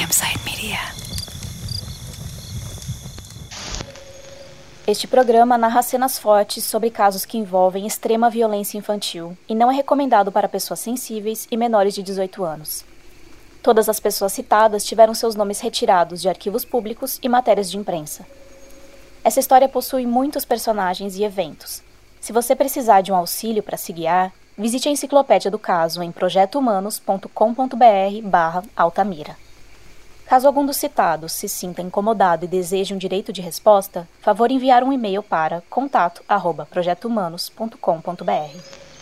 Campsite Media. Este programa narra cenas fortes sobre casos que envolvem extrema violência infantil e não é recomendado para pessoas sensíveis e menores de 18 anos. Todas as pessoas citadas tiveram seus nomes retirados de arquivos públicos e matérias de imprensa. Essa história possui muitos personagens e eventos. Se você precisar de um auxílio para se guiar, visite a enciclopédia do caso em projetohumanos.com.br/Altamira. Caso algum dos citados se sinta incomodado e deseje um direito de resposta, favor enviar um e-mail para contato@projetohumanos.com.br.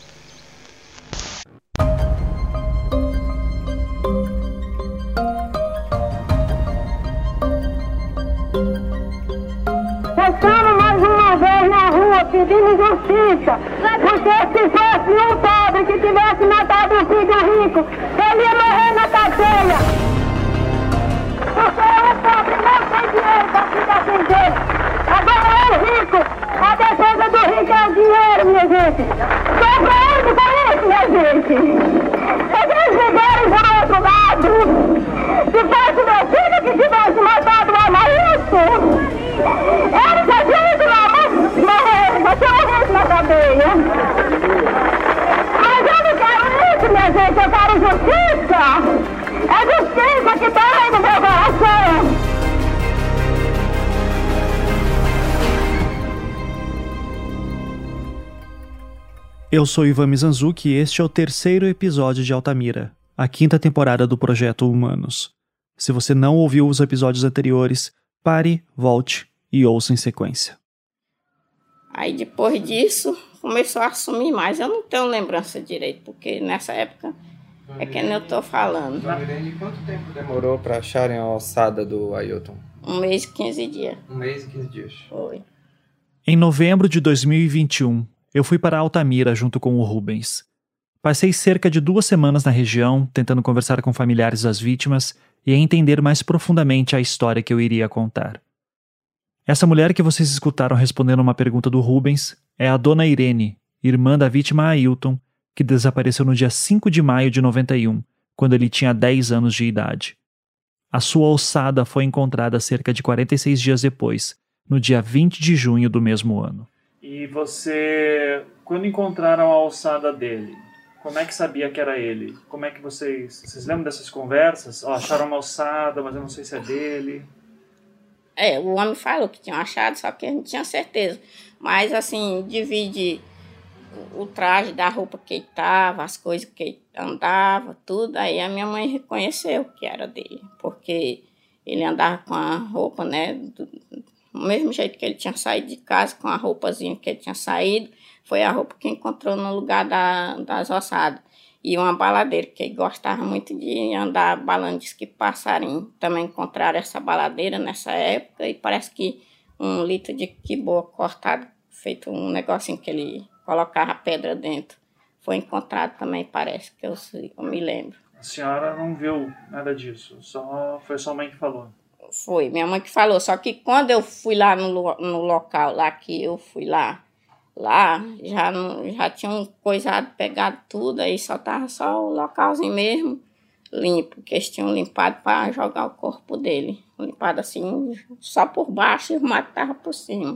Estamos mais uma vez na rua pedindo justiça, porque se fosse um pobre que tivesse matado um filho rico, ele ia morrer na cadeia. Porque o pobre não tem dinheiro para se defender. Agora é o rico, a defesa do rico é o dinheiro, minha gente. Compreende com isso, minha gente. Eles fizeram por outro lado. Se fosse meu filho que tivesse matado o Amarildo, ele já tinha ido lá, mas tinha morrido na cadeia. Mas eu não quero isso, minha gente, eu quero justiça. É justiça que tem aí no meu coração. Eu sou Ivan Mizanzuki e este é o terceiro episódio de Altamira, a quinta temporada do Projeto Humanos. Se você não ouviu os episódios anteriores, pare, volte e ouça em sequência. Aí depois disso, começou a sumir mais. Eu não tenho lembrança direito, porque nessa época é que eu tô falando. Dona Irene, quanto tempo demorou para acharem a ossada do Ailton? 1 mês e 15 dias. 1 mês e 15 dias. Foi. Em novembro de 2021, eu fui para Altamira junto com o Rubens. Passei cerca de 2 semanas na região, tentando conversar com familiares das vítimas e entender mais profundamente a história que eu iria contar. Essa mulher que vocês escutaram respondendo uma pergunta do Rubens é a Dona Irene, irmã da vítima Ailton, que desapareceu no dia 5 de maio de 91, quando ele tinha 10 anos de idade. A sua ossada foi encontrada cerca de 46 dias depois, no dia 20 de junho do mesmo ano. E você, quando encontraram a ossada dele, como é que sabia que era ele? Como é que vocês lembram dessas conversas? Acharam uma ossada, mas eu não sei se é dele. O homem falou que tinha achado, só que a gente tinha certeza. Mas, assim, divide o traje da roupa que ele estava, as coisas que ele andava, tudo. Aí a minha mãe reconheceu que era dele, porque ele andava com a roupa, né, do mesmo jeito que ele tinha saído de casa, com a roupazinha que ele tinha saído, foi a roupa que encontrou no lugar das ossadas. E uma baladeira, que ele gostava muito de andar balando de esqui passarinho. Também encontraram essa baladeira nessa época e parece que 1 litro de quiboa cortado, feito um negocinho que ele colocava pedra dentro. Foi encontrado também, parece, que eu me lembro. A senhora não viu nada disso, foi sua mãe que falou? Foi, minha mãe que falou. Só que quando eu fui lá no local, lá que eu fui lá já tinham coisado, pegado tudo, aí só tava só o localzinho mesmo limpo, que eles tinham limpado para jogar o corpo dele. Limpado assim, só por baixo e o mato tava por cima.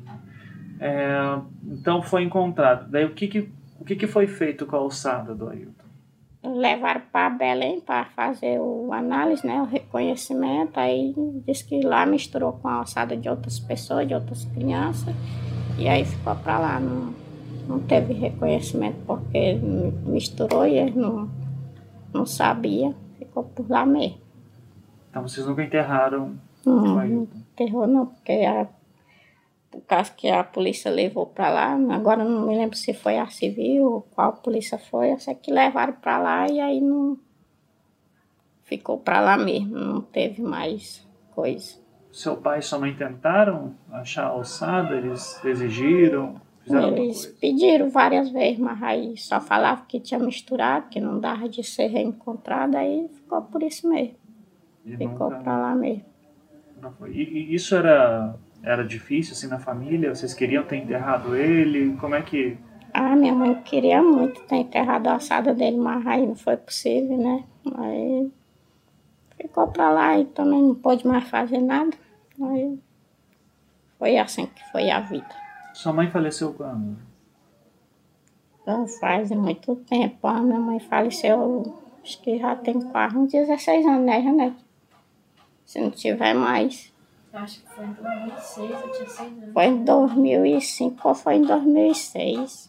Então foi encontrado. Daí o que foi feito com a ossada do Ailton? Levaram para Belém para fazer o análise, né, o reconhecimento. Aí disse que lá misturou com a ossada de outras pessoas, de outras crianças. E aí ficou para lá, não teve reconhecimento porque misturou e ele não sabia, ficou por lá mesmo. Então vocês nunca enterraram o Ailton? Não enterrou não, porque o caso que a polícia levou para lá, agora não me lembro se foi a civil ou qual polícia foi, eu sei que levaram para lá e aí não ficou para lá mesmo, não teve mais coisa. Seu pai e sua mãe tentaram achar a ossada? Eles exigiram? Eles pediram várias vezes, mas aí só falava que tinha misturado, que não dava de ser reencontrado, aí ficou por isso mesmo. Ficou pra lá mesmo. E isso era difícil assim na família? Vocês queriam ter enterrado ele? Como é que... Minha mãe queria muito ter enterrado a ossada dele, mas aí não foi possível, né? Aí ficou pra lá e também não pôde mais fazer nada. Aí foi assim que foi a vida. Sua mãe faleceu quando? Então, faz muito tempo. A minha mãe faleceu, acho que já tem quase uns 16 anos, né, Janete? Se não tiver mais. Eu acho que foi em 2006, eu tinha 6 anos. Foi em 2005 ou foi em 2006.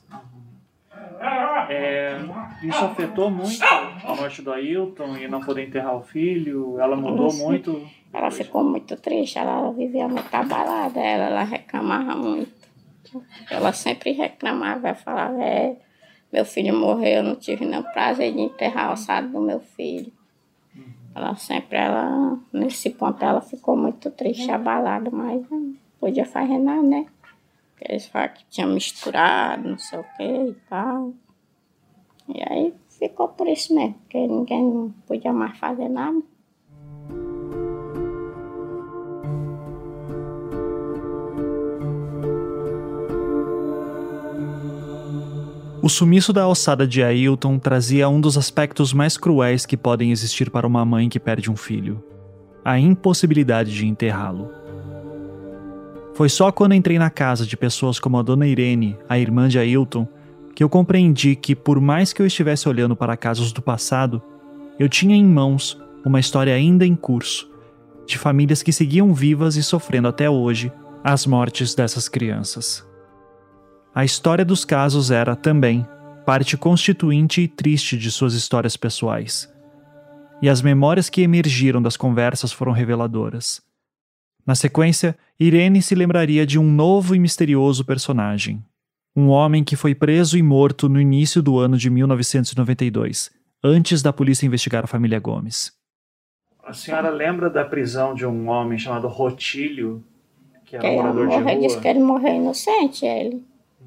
Isso afetou muito a morte do Ailton e não poder enterrar o filho? Ela mudou muito? Ela ficou muito triste, ela vivia muito abalada, ela reclamava muito. Ela sempre reclamava, ela falava, meu filho morreu, eu não tive nenhum prazer de enterrar a ossada do meu filho. Nesse ponto, ela ficou muito triste, abalada, mas não podia fazer nada, né? Porque eles falaram que tinha misturado, não sei o que e tal. E aí ficou por isso mesmo, porque ninguém não podia mais fazer nada. O sumiço da ossada de Ailton trazia um dos aspectos mais cruéis que podem existir para uma mãe que perde um filho: a impossibilidade de enterrá-lo. Foi só quando entrei na casa de pessoas como a dona Irene, a irmã de Ailton, que eu compreendi que, por mais que eu estivesse olhando para casos do passado, eu tinha em mãos uma história ainda em curso, de famílias que seguiam vivas e sofrendo até hoje as mortes dessas crianças. A história dos casos era, também, parte constituinte e triste de suas histórias pessoais. E as memórias que emergiram das conversas foram reveladoras. Na sequência, Irene se lembraria de um novo e misterioso personagem. Um homem que foi preso e morto no início do ano de 1992, antes da polícia investigar a família Gomes. A senhora lembra da prisão de um homem chamado Rotílio, que era morador de rua? Disse que ele morreu inocente, ele.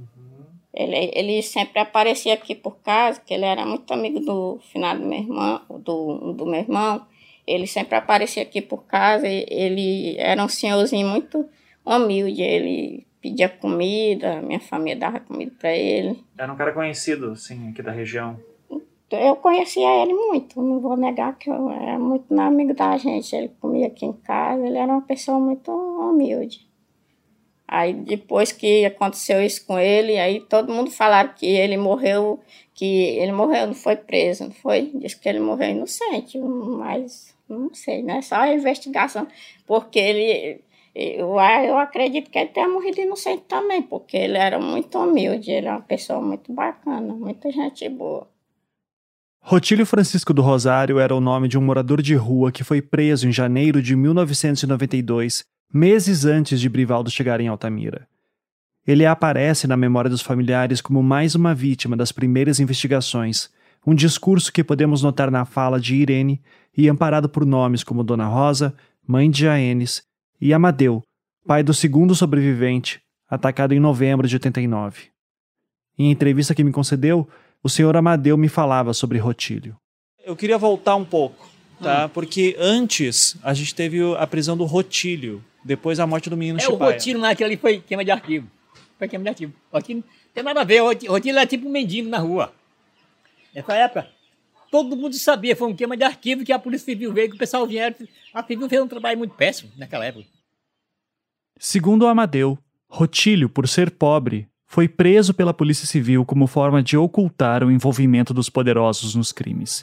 Ele sempre aparecia aqui por casa, que ele era muito amigo do finado meu irmão, do meu irmão. Ele sempre aparecia aqui por casa, ele era um senhorzinho muito humilde, ele pedia comida, minha família dava comida para ele. Era um cara conhecido, sim, aqui da região. Eu conhecia ele muito, não vou negar que eu era muito amigo da gente. Ele comia aqui em casa, ele era uma pessoa muito humilde. Aí depois que aconteceu isso com ele, aí todo mundo falaram que ele morreu, não foi preso, não foi? Diz que ele morreu inocente, mas não sei, né? Só a investigação, porque eu acredito que ele tenha morrido inocente também, porque ele era muito humilde, ele era uma pessoa muito bacana, muita gente boa. Rotílio Francisco do Rosário era o nome de um morador de rua que foi preso em janeiro de 1992, meses antes de Brivaldo chegar em Altamira. Ele aparece na memória dos familiares como mais uma vítima das primeiras investigações, um discurso que podemos notar na fala de Irene e amparado por nomes como Dona Rosa, mãe de Jaenes, e Amadeu, pai do segundo sobrevivente, atacado em novembro de 89. Em entrevista que me concedeu, o senhor Amadeu me falava sobre Rotílio. Eu queria voltar um pouco, tá? Porque antes a gente teve a prisão do Rotílio, depois a morte do menino Chipaia. O Rotílio naquele ali foi queima de arquivo. Foi queima de arquivo. Aqui não tem nada a ver, o Rotílio era tipo um mendigo na rua. Nessa época, todo mundo sabia, foi um queima de arquivo que a Polícia Civil veio, que o pessoal vieram. A Civil fez um trabalho muito péssimo naquela época. Segundo o Amadeu, Rotílio, por ser pobre, foi preso pela Polícia Civil como forma de ocultar o envolvimento dos poderosos nos crimes.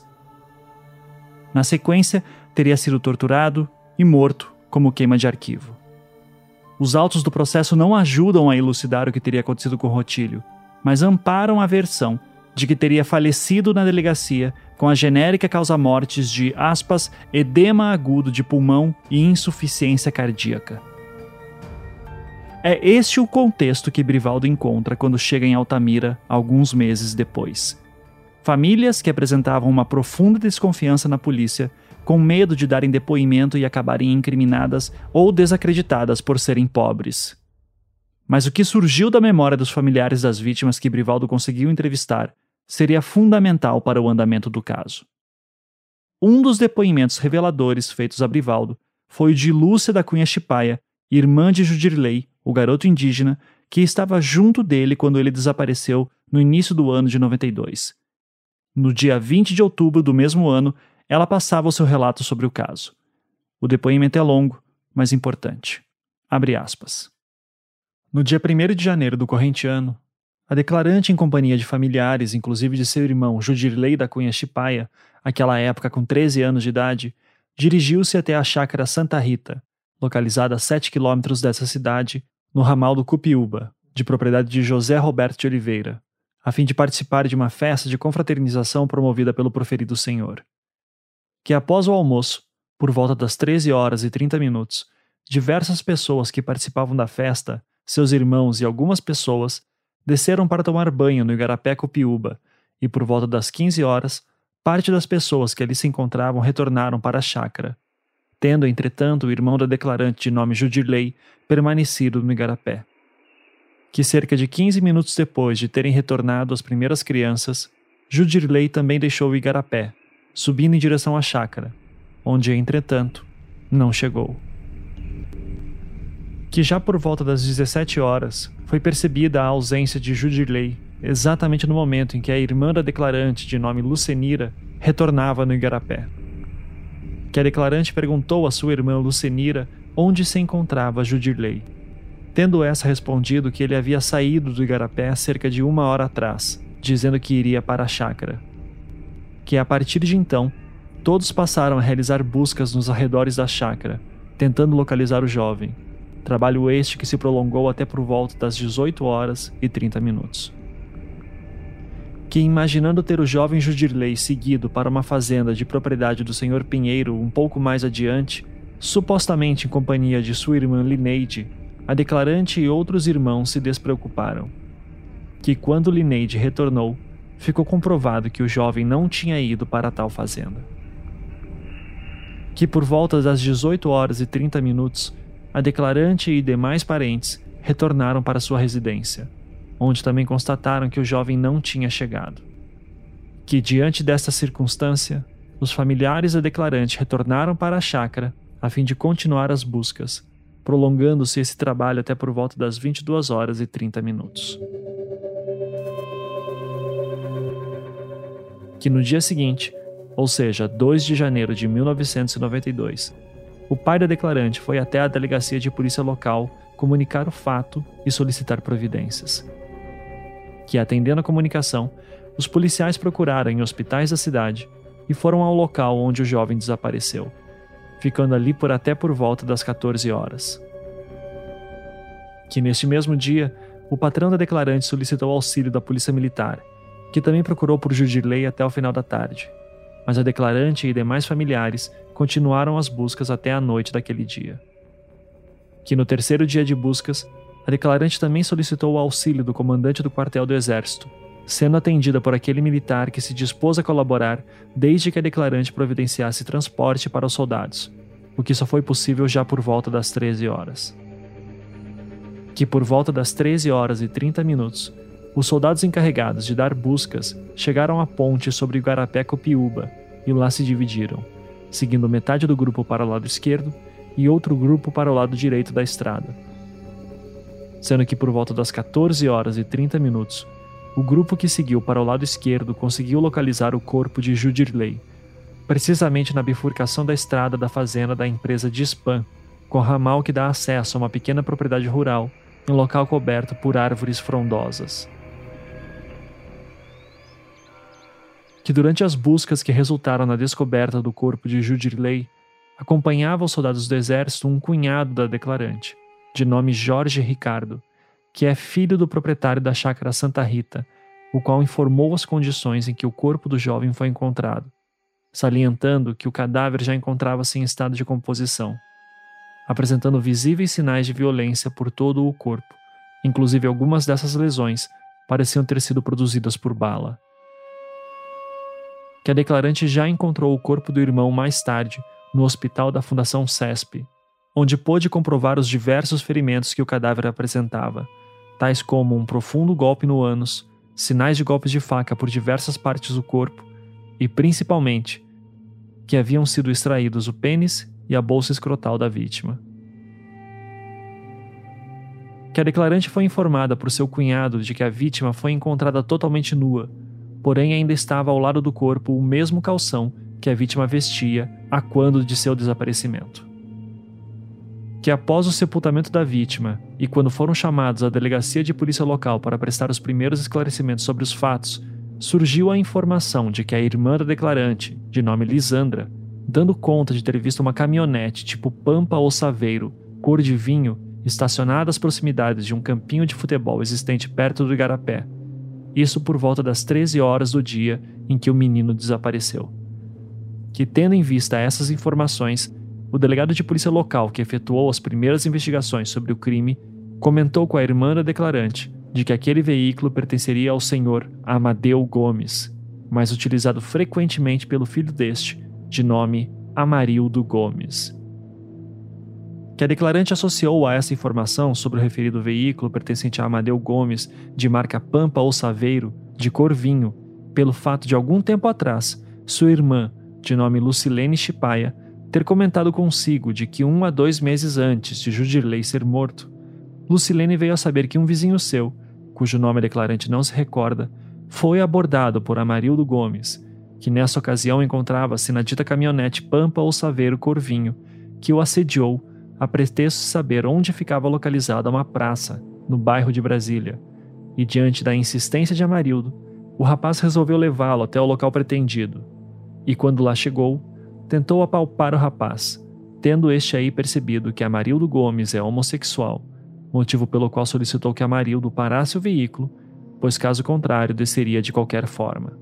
Na sequência, teria sido torturado e morto como queima de arquivo. Os autos do processo não ajudam a elucidar o que teria acontecido com Rotílio, mas amparam a versão de que teria falecido na delegacia com a genérica causa-mortes de, aspas, edema agudo de pulmão e insuficiência cardíaca. É este o contexto que Brivaldo encontra quando chega em Altamira alguns meses depois. Famílias que apresentavam uma profunda desconfiança na polícia, com medo de darem depoimento e acabarem incriminadas ou desacreditadas por serem pobres. Mas o que surgiu da memória dos familiares das vítimas que Brivaldo conseguiu entrevistar seria fundamental para o andamento do caso. Um dos depoimentos reveladores feitos a Brivaldo foi o de Lúcia da Cunha Chipaia, irmã de Judirley, o garoto indígena, que estava junto dele quando ele desapareceu no início do ano de 92. No dia 20 de outubro do mesmo ano, ela passava o seu relato sobre o caso. O depoimento é longo, mas importante. Abre aspas. No dia 1º de janeiro do corrente ano, a declarante, em companhia de familiares, inclusive de seu irmão Judirley da Cunha Chipaia, àquela época com 13 anos de idade, dirigiu-se até a chácara Santa Rita, localizada a 7 quilômetros dessa cidade, no ramal do Cupiúba, de propriedade de José Roberto de Oliveira, a fim de participar de uma festa de confraternização promovida pelo proferido senhor. Que após o almoço, por volta das 13h30, diversas pessoas que participavam da festa, seus irmãos e algumas pessoas, desceram para tomar banho no Igarapé Cupiúba e por volta das 15 horas, parte das pessoas que ali se encontravam retornaram para a chácara, tendo, entretanto, o irmão da declarante de nome Judirley permanecido no Igarapé. Que cerca de 15 minutos depois de terem retornado as primeiras crianças, Judirley também deixou o Igarapé, subindo em direção à chácara, onde, entretanto, não chegou. Que já por volta das 17 horas, foi percebida a ausência de Judirley, exatamente no momento em que a irmã da declarante, de nome Lucenira, retornava no Igarapé. Que a declarante perguntou à sua irmã Lucenira onde se encontrava Judirley, tendo essa respondido que ele havia saído do Igarapé cerca de 1 hora atrás, dizendo que iria para a chácara. Que a partir de então, todos passaram a realizar buscas nos arredores da chácara, tentando localizar o jovem, trabalho este que se prolongou até por volta das 18h30. Que, imaginando ter o jovem Judirley seguido para uma fazenda de propriedade do senhor Pinheiro um pouco mais adiante, supostamente em companhia de sua irmã Lineide, a declarante e outros irmãos se despreocuparam. Que quando Lineide retornou, ficou comprovado que o jovem não tinha ido para tal fazenda. Que por volta das 18h30, a declarante e demais parentes retornaram para sua residência, onde também constataram que o jovem não tinha chegado. Que, diante desta circunstância, os familiares da declarante retornaram para a chácara a fim de continuar as buscas, prolongando-se esse trabalho até por volta das 22h30. Que no dia seguinte, ou seja, 2 de janeiro de 1992, o pai da declarante foi até a delegacia de polícia local comunicar o fato e solicitar providências. Que, atendendo a comunicação, os policiais procuraram em hospitais da cidade e foram ao local onde o jovem desapareceu, ficando ali até por volta das 14 horas. Que neste mesmo dia, o patrão da declarante solicitou auxílio da polícia militar, que também procurou por Judirley até o final da tarde, mas a declarante e demais familiares continuaram as buscas até a noite daquele dia. Que no terceiro dia de buscas, a declarante também solicitou o auxílio do comandante do quartel do Exército, sendo atendida por aquele militar que se dispôs a colaborar desde que a declarante providenciasse transporte para os soldados, o que só foi possível já por volta das 13 horas. Que por volta das 13h30, os soldados encarregados de dar buscas chegaram à ponte sobre o Igarapé Cupiúba e lá se dividiram, seguindo metade do grupo para o lado esquerdo e outro grupo para o lado direito da estrada. Sendo que por volta das 14h30, o grupo que seguiu para o lado esquerdo conseguiu localizar o corpo de Judirley, precisamente na bifurcação da estrada da fazenda da empresa Dispan, com ramal que dá acesso a uma pequena propriedade rural, em local coberto por árvores frondosas. Que durante as buscas que resultaram na descoberta do corpo de Judirley, acompanhava os soldados do exército um cunhado da declarante, de nome Jorge Ricardo, que é filho do proprietário da chácara Santa Rita, o qual informou as condições em que o corpo do jovem foi encontrado, salientando que o cadáver já encontrava-se em estado de decomposição, apresentando visíveis sinais de violência por todo o corpo, inclusive algumas dessas lesões pareciam ter sido produzidas por bala. Que a declarante já encontrou o corpo do irmão mais tarde no hospital da Fundação CESP, onde pôde comprovar os diversos ferimentos que o cadáver apresentava, tais como um profundo golpe no ânus, sinais de golpes de faca por diversas partes do corpo e, principalmente, que haviam sido extraídos o pênis e a bolsa escrotal da vítima. Que a declarante foi informada por seu cunhado de que a vítima foi encontrada totalmente nua, porém ainda estava ao lado do corpo o mesmo calção que a vítima vestia a quando de seu desaparecimento. Que após o sepultamento da vítima e quando foram chamados à delegacia de polícia local para prestar os primeiros esclarecimentos sobre os fatos, surgiu a informação de que a irmã da declarante, de nome Lisandra, dando conta de ter visto uma caminhonete tipo Pampa ou Saveiro, cor de vinho, estacionada às proximidades de um campinho de futebol existente perto do Igarapé. Isso por volta das 13 horas do dia em que o menino desapareceu. Que, tendo em vista essas informações, o delegado de polícia local que efetuou as primeiras investigações sobre o crime comentou com a irmã da declarante de que aquele veículo pertenceria ao senhor Amadeu Gomes, mas utilizado frequentemente pelo filho deste, de nome Amarildo Gomes. Que a declarante associou a essa informação sobre o referido veículo pertencente a Amadeu Gomes, de marca Pampa ou Saveiro, de cor vinho, pelo fato de algum tempo atrás, sua irmã, de nome Lucilene Chipaia, ter comentado consigo de que 1 a 2 meses antes de Judirley ser morto, Lucilene veio a saber que um vizinho seu, cujo nome a declarante não se recorda, foi abordado por Amarildo Gomes, que nessa ocasião encontrava-se na dita caminhonete Pampa ou Saveiro cor vinho, que o assediou a pretexto de saber onde ficava localizada uma praça, no bairro de Brasília, e diante da insistência de Amarildo, o rapaz resolveu levá-lo até o local pretendido, e quando lá chegou, tentou apalpar o rapaz, tendo este aí percebido que Amarildo Gomes é homossexual, motivo pelo qual solicitou que Amarildo parasse o veículo, pois caso contrário desceria de qualquer forma.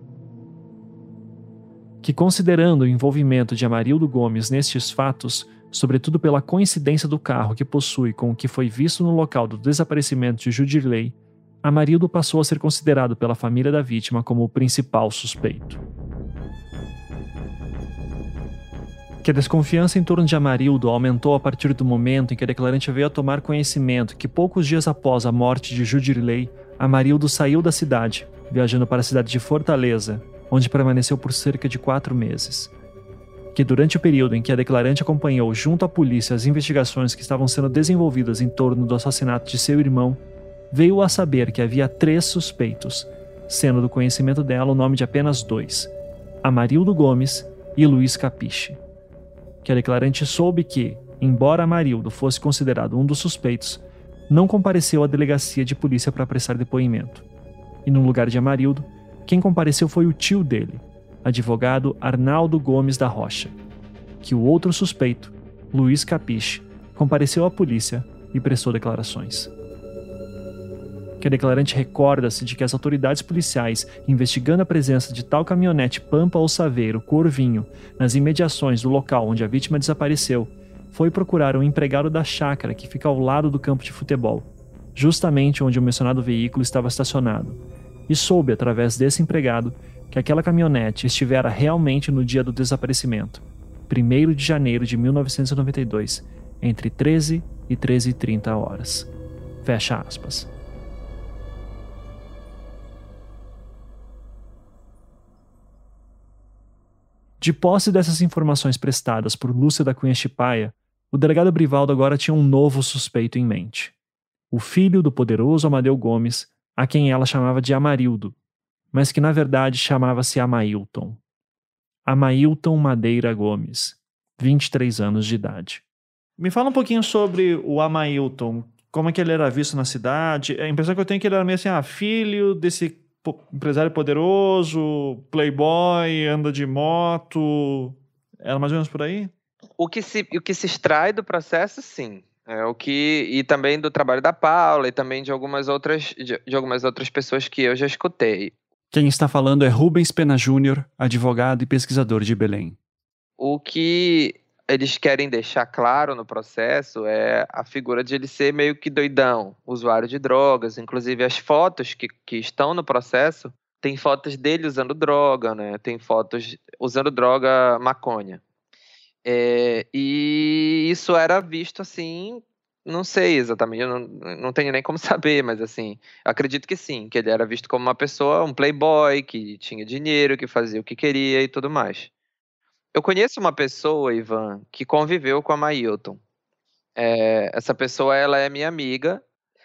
Que, considerando o envolvimento de Amarildo Gomes nestes fatos, sobretudo pela coincidência do carro que possui com o que foi visto no local do desaparecimento de Judirley, Amarildo passou a ser considerado pela família da vítima como o principal suspeito. Que a desconfiança em torno de Amarildo aumentou a partir do momento em que a declarante veio a tomar conhecimento que poucos dias após a morte de Judirley, Amarildo saiu da cidade, viajando para a cidade de Fortaleza, onde permaneceu por cerca de 4 meses. Que durante o período em que a declarante acompanhou junto à polícia as investigações que estavam sendo desenvolvidas em torno do assassinato de seu irmão, veio a saber que havia 3 suspeitos, sendo do conhecimento dela o nome de apenas 2, Amarildo Gomes e Luiz Capiche. Que a declarante soube que, embora Amarildo fosse considerado um dos suspeitos, não compareceu à delegacia de polícia para prestar depoimento. E no lugar de Amarildo, quem compareceu foi o tio dele, advogado Arnaldo Gomes da Rocha. Que o outro suspeito, Luiz Capiche, compareceu à polícia e prestou declarações. Que a declarante recorda-se de que as autoridades policiais, investigando a presença de tal caminhonete Pampa ou Saveiro cor vinho nas imediações do local onde a vítima desapareceu, foi procurar um empregado da chácara que fica ao lado do campo de futebol, justamente onde o mencionado veículo estava estacionado, e soube, através desse empregado, que aquela caminhonete estivera realmente no dia do desaparecimento, 1º de janeiro de 1992, entre 13 e 13h30 horas. Fecha aspas. De posse dessas informações prestadas por Lúcia da Cunha Chipaia, o delegado Brivaldo agora tinha um novo suspeito em mente. O filho do poderoso Amadeu Gomes, a quem ela chamava de Amarildo, mas que na verdade chamava-se Amailton. Amailton Madeira Gomes, 23 anos de idade. Me fala um pouquinho sobre o Amailton, como é que ele era visto na cidade. A impressão que eu tenho é que ele era meio assim, filho desse empresário poderoso, playboy, anda de moto, era mais ou menos por aí? O que se extrai do processo, sim. E também do trabalho da Paula e também de algumas outras pessoas que eu já escutei. Quem está falando é Rubens Pena Júnior, advogado e pesquisador de Belém. O que eles querem deixar claro no processo é a figura de ele ser meio que doidão, usuário de drogas. Inclusive as fotos que estão no processo, tem fotos dele usando droga, né? Tem fotos usando droga maconha. E isso era visto assim, não sei exatamente, eu não tenho nem como saber, mas assim, acredito que sim, que ele era visto como uma pessoa, um playboy, que tinha dinheiro, que fazia o que queria e tudo mais. Eu conheço uma pessoa, Ivan, que conviveu com a Mailton. Essa pessoa, ela é minha amiga.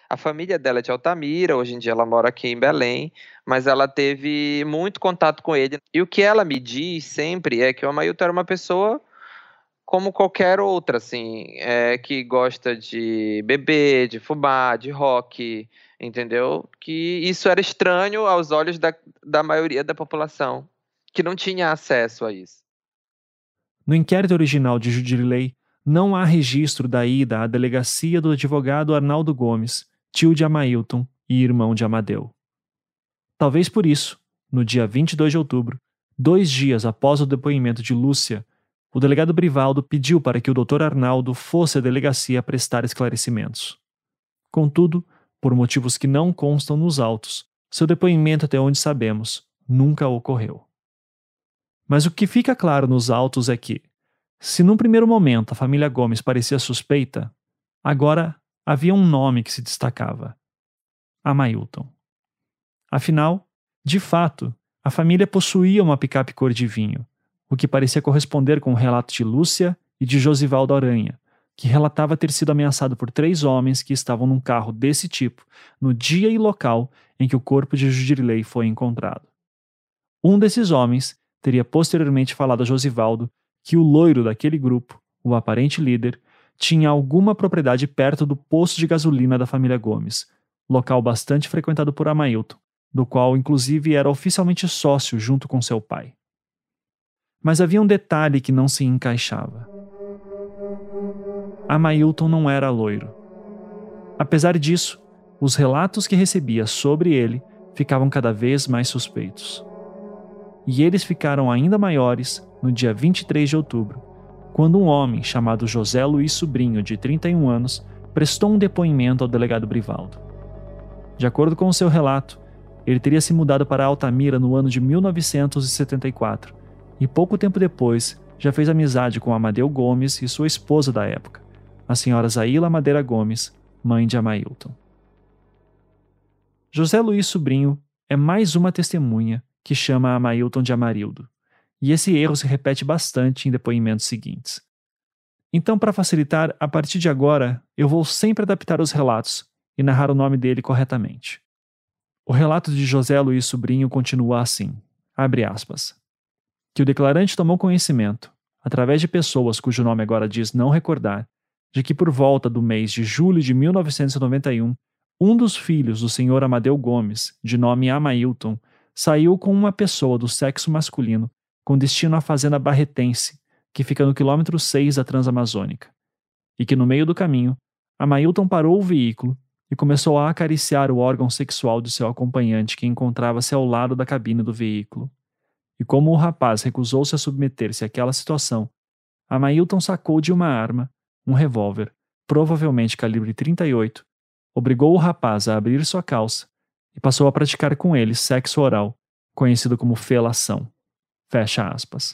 A família dela é de Altamira, hoje em dia ela mora aqui em Belém, mas ela teve muito contato com ele. E o que ela me diz sempre é que o Amailton era uma pessoa como qualquer outra, assim, que gosta de beber, de fumar, de rock, entendeu? Que isso era estranho aos olhos da maioria da população, que não tinha acesso a isso. No inquérito original de Judirilei, não há registro da ida à delegacia do advogado Arnaldo Gomes, tio de Amailton e irmão de Amadeu. Talvez por isso, no dia 22 de outubro, 2 dias após o depoimento de Lúcia, o delegado Brivaldo pediu para que o Dr. Arnaldo fosse à delegacia prestar esclarecimentos. Contudo, por motivos que não constam nos autos, seu depoimento, até onde sabemos, nunca ocorreu. Mas o que fica claro nos autos é que, se num primeiro momento a família Gomes parecia suspeita, agora havia um nome que se destacava: Amailton. Afinal, de fato, a família possuía uma picape cor de vinho, o que parecia corresponder com o relato de Lúcia e de Josivaldo Aranha, que relatava ter sido ameaçado por 3 homens que estavam num carro desse tipo no dia e local em que o corpo de Judirilei foi encontrado. Um desses homens teria posteriormente falado a Josivaldo que o loiro daquele grupo, o aparente líder, tinha alguma propriedade perto do posto de gasolina da família Gomes, local bastante frequentado por Amailton, do qual inclusive era oficialmente sócio junto com seu pai. Mas havia um detalhe que não se encaixava. Amailton não era loiro. Apesar disso, os relatos que recebia sobre ele ficavam cada vez mais suspeitos. E eles ficaram ainda maiores no dia 23 de outubro, quando um homem chamado José Luiz Sobrinho, de 31 anos, prestou um depoimento ao delegado Brivaldo. De acordo com o seu relato, ele teria se mudado para Altamira no ano de 1974 e pouco tempo depois já fez amizade com Amadeu Gomes e sua esposa da época, a senhora Zaíla Madeira Gomes, mãe de Amailton. José Luiz Sobrinho é mais uma testemunha que chama Amailton de Amarildo, e esse erro se repete bastante em depoimentos seguintes. Então, para facilitar, a partir de agora, eu vou sempre adaptar os relatos e narrar o nome dele corretamente. O relato de José Luiz Sobrinho continua assim, abre aspas, que o declarante tomou conhecimento, através de pessoas cujo nome agora diz não recordar, de que por volta do mês de julho de 1991, um dos filhos do senhor Amadeu Gomes, de nome Amailton, saiu com uma pessoa do sexo masculino com destino à fazenda barretense, que fica no quilômetro 6 da Transamazônica, e que no meio do caminho, Amailton parou o veículo e começou a acariciar o órgão sexual de seu acompanhante que encontrava-se ao lado da cabine do veículo. E como o rapaz recusou-se a submeter-se àquela situação, Amailton sacou de uma arma, um revólver, provavelmente calibre 38, obrigou o rapaz a abrir sua calça e passou a praticar com ele sexo oral, conhecido como felação. Fecha aspas.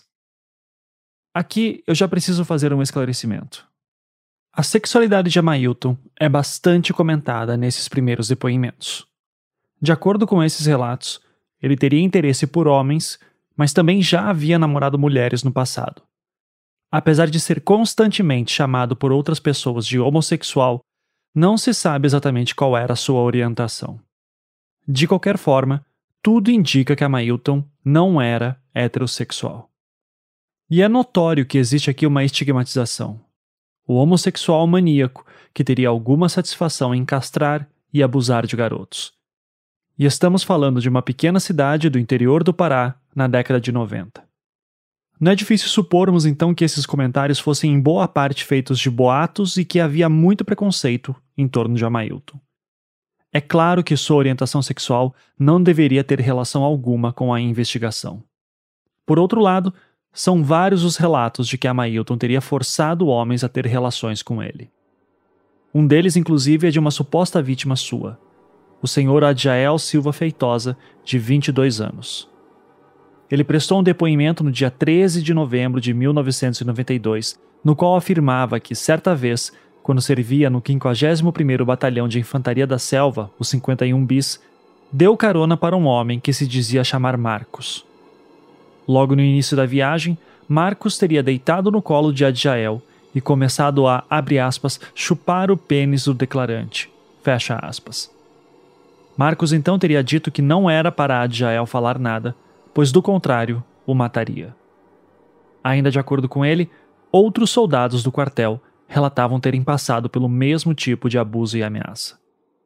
Aqui eu já preciso fazer um esclarecimento. A sexualidade de Amailton é bastante comentada nesses primeiros depoimentos. De acordo com esses relatos, ele teria interesse por homens, mas também já havia namorado mulheres no passado. Apesar de ser constantemente chamado por outras pessoas de homossexual, não se sabe exatamente qual era a sua orientação. De qualquer forma, tudo indica que Amailton não era heterossexual. E é notório que existe aqui uma estigmatização. O homossexual maníaco que teria alguma satisfação em castrar e abusar de garotos. E estamos falando de uma pequena cidade do interior do Pará na década de 90. Não é difícil supormos então que esses comentários fossem em boa parte feitos de boatos e que havia muito preconceito em torno de Amailton. É claro que sua orientação sexual não deveria ter relação alguma com a investigação. Por outro lado, são vários os relatos de que Amailton teria forçado homens a ter relações com ele. Um deles, inclusive, é de uma suposta vítima sua, o senhor Adjael Silva Feitosa, de 22 anos. Ele prestou um depoimento no dia 13 de novembro de 1992, no qual afirmava que, certa vez, quando servia no 51º Batalhão de Infantaria da Selva, o 51 bis, deu carona para um homem que se dizia chamar Marcos. Logo no início da viagem, Marcos teria deitado no colo de Adjael e começado a, abre aspas, chupar o pênis do declarante, Fecha aspas. Marcos então teria dito que não era para Adjael falar nada, pois do contrário, o mataria. Ainda de acordo com ele, outros soldados do quartel relatavam terem passado pelo mesmo tipo de abuso e ameaça.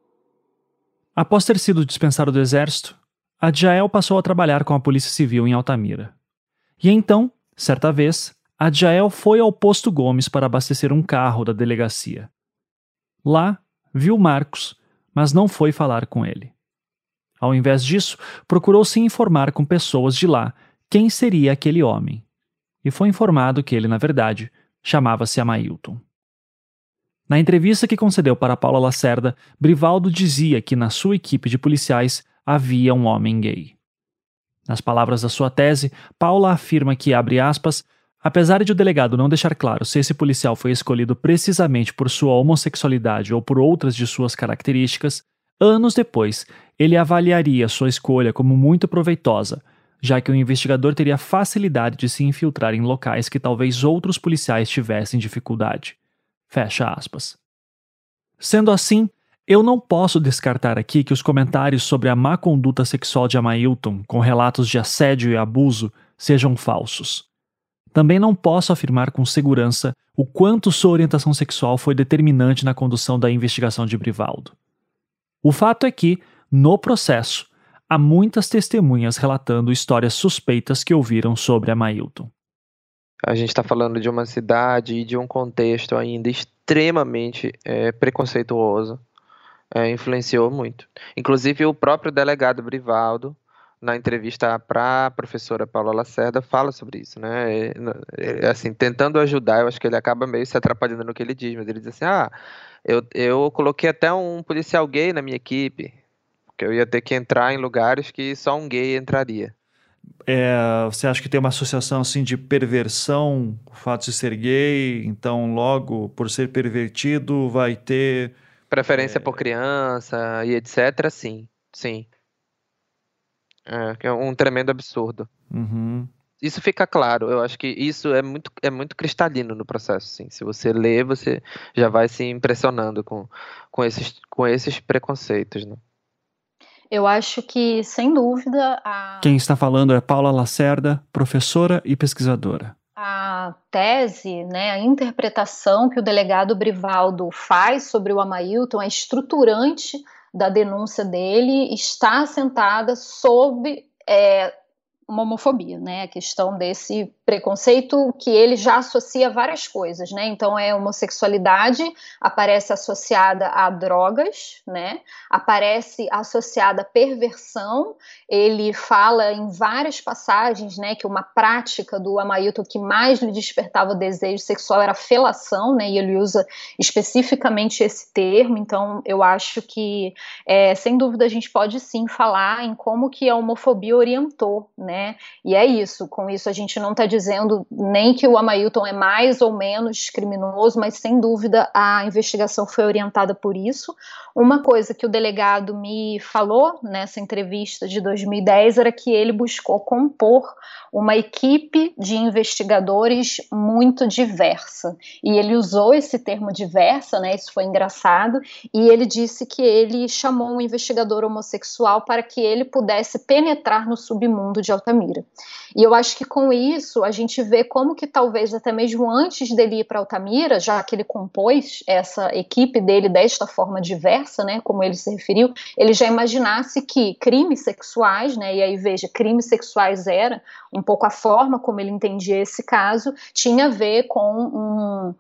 Após ter sido dispensado do exército, Adjael passou a trabalhar com a Polícia Civil em Altamira. E então, certa vez, Adjael foi ao posto Gomes para abastecer um carro da delegacia. Lá, viu Marcos, mas não foi falar com ele. Ao invés disso, procurou se informar com pessoas de lá quem seria aquele homem. E foi informado que ele, na verdade, chamava-se Amailton. Na entrevista que concedeu para Paula Lacerda, Brivaldo dizia que na sua equipe de policiais havia um homem gay. Nas palavras da sua tese, Paula afirma que, abre aspas, apesar de o delegado não deixar claro se esse policial foi escolhido precisamente por sua homossexualidade ou por outras de suas características, anos depois, ele avaliaria sua escolha como muito proveitosa, já que o investigador teria facilidade de se infiltrar em locais que talvez outros policiais tivessem dificuldade. Fecha aspas. Sendo assim, eu não posso descartar aqui que os comentários sobre a má conduta sexual de Amailton, com relatos de assédio e abuso, sejam falsos. Também não posso afirmar com segurança o quanto sua orientação sexual foi determinante na condução da investigação de Brivaldo. O fato é que, no processo, há muitas testemunhas relatando histórias suspeitas que ouviram sobre Amailton. A gente está falando de uma cidade e de um contexto ainda extremamente preconceituoso. Influenciou muito. Inclusive, o próprio delegado Brivaldo, na entrevista para a professora Paula Lacerda, fala sobre isso, né? Assim, tentando ajudar, eu acho que ele acaba meio se atrapalhando no que ele diz, mas ele diz assim, eu coloquei até um policial gay na minha equipe, porque eu ia ter que entrar em lugares que só um gay entraria. Você acha que tem uma associação assim de perversão, o fato de ser gay, então logo, por ser pervertido, vai ter... Preferência por criança e etc, sim. É um tremendo absurdo. Uhum. Isso fica claro, eu acho que isso é muito cristalino no processo, sim. Se você lê, você já vai se impressionando com esses preconceitos, né? Eu acho que, sem dúvida, Quem está falando é Paula Lacerda, professora e pesquisadora. A tese, né, a interpretação que o delegado Brivaldo faz sobre o Amailton, a estruturante da denúncia dele, está assentada sob uma homofobia, né, a questão desse preconceito que ele já associa várias coisas, né, então homossexualidade aparece associada a drogas, né, aparece associada a perversão, ele fala em várias passagens, né, que uma prática do Amailton que mais lhe despertava o desejo sexual era a felação, né, e ele usa especificamente esse termo, então eu acho que, sem dúvida, a gente pode sim falar em como que a homofobia orientou, né, e é isso, com isso a gente não está dizendo nem que o Amailton é mais ou menos criminoso, mas sem dúvida a investigação foi orientada por isso. Uma coisa que o delegado me falou nessa entrevista de 2010 era que ele buscou compor uma equipe de investigadores muito diversa, e ele usou esse termo diversa, né, isso foi engraçado, e ele disse que ele chamou um investigador homossexual para que ele pudesse penetrar no submundo de Altamira. E eu acho que com isso a gente vê como que talvez até mesmo antes dele ir para Altamira, já que ele compôs essa equipe dele desta forma diversa, né, como ele se referiu, ele já imaginasse que crimes sexuais, né, e aí veja, crimes sexuais era um pouco a forma como ele entendia esse caso, tinha a ver com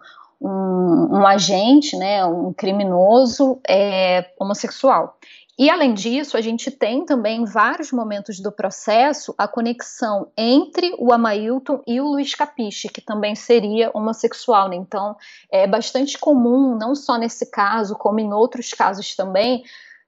um agente, né, um criminoso homossexual. E, além disso, a gente tem também, em vários momentos do processo, a conexão entre o Amailton e o Luiz Capiche, que também seria homossexual, né? Então, é bastante comum, não só nesse caso, como em outros casos também,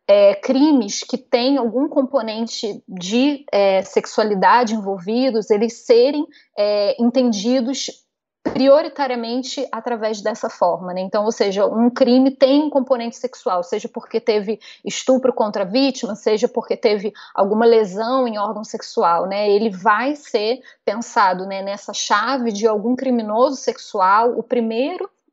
crimes que têm algum componente de sexualidade envolvidos, eles serem entendidos prioritariamente através dessa forma, né? Então, ou seja, um crime tem um componente sexual, seja porque teve estupro contra a vítima, seja porque teve alguma lesão em órgão sexual, né? Ele vai ser pensado, né, nessa chave de algum criminoso sexual, o primeiro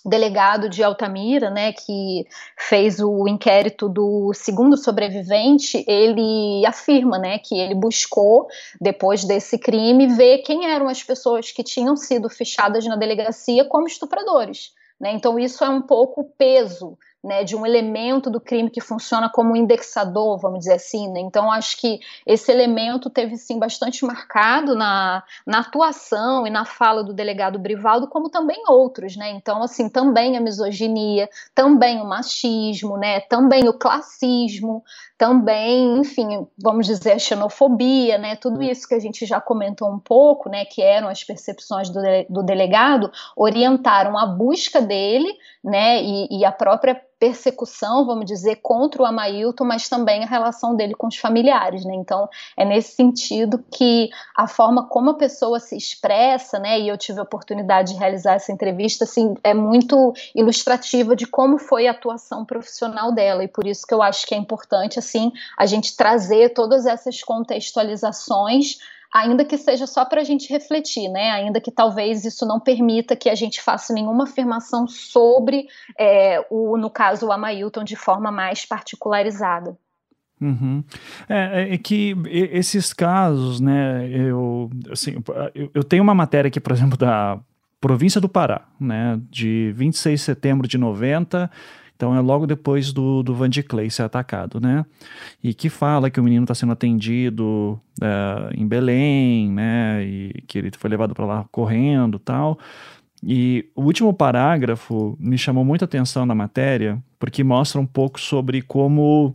delegado de Altamira, né, que fez o inquérito do segundo sobrevivente, ele afirma, né, que ele buscou, depois desse crime, ver quem eram as pessoas que tinham sido fichadas na delegacia como estupradores, né? Então isso é um pouco o peso, né, de um elemento do crime que funciona como um indexador, vamos dizer assim, né? Então acho que esse elemento teve sim bastante marcado na atuação e na fala do delegado Brivaldo, como também outros, né? Então assim, também a misoginia, também o machismo, né, também o classismo, também, enfim, vamos dizer a xenofobia, né, tudo isso que a gente já comentou um pouco, né, que eram as percepções do delegado, orientaram a busca dele, né, e a própria persecução, vamos dizer, contra o Amailton, mas também a relação dele com os familiares, né? Então, é nesse sentido que a forma como a pessoa se expressa, né, e eu tive a oportunidade de realizar essa entrevista, assim, é muito ilustrativa de como foi a atuação profissional dela, e por isso que eu acho que é importante, assim, a gente trazer todas essas contextualizações, ainda que seja só para a gente refletir, né? Ainda que talvez isso não permita que a gente faça nenhuma afirmação sobre, no caso, o Amailton de forma mais particularizada. Uhum. É que esses casos, né, eu tenho uma matéria aqui, por exemplo, da província do Pará, né, de 26 de setembro de 90, então é logo depois do Vanderlei ser atacado, né? E que fala que o menino está sendo atendido em Belém, né? E que ele foi levado para lá correndo e tal. E o último parágrafo me chamou muita atenção na matéria, porque mostra um pouco sobre como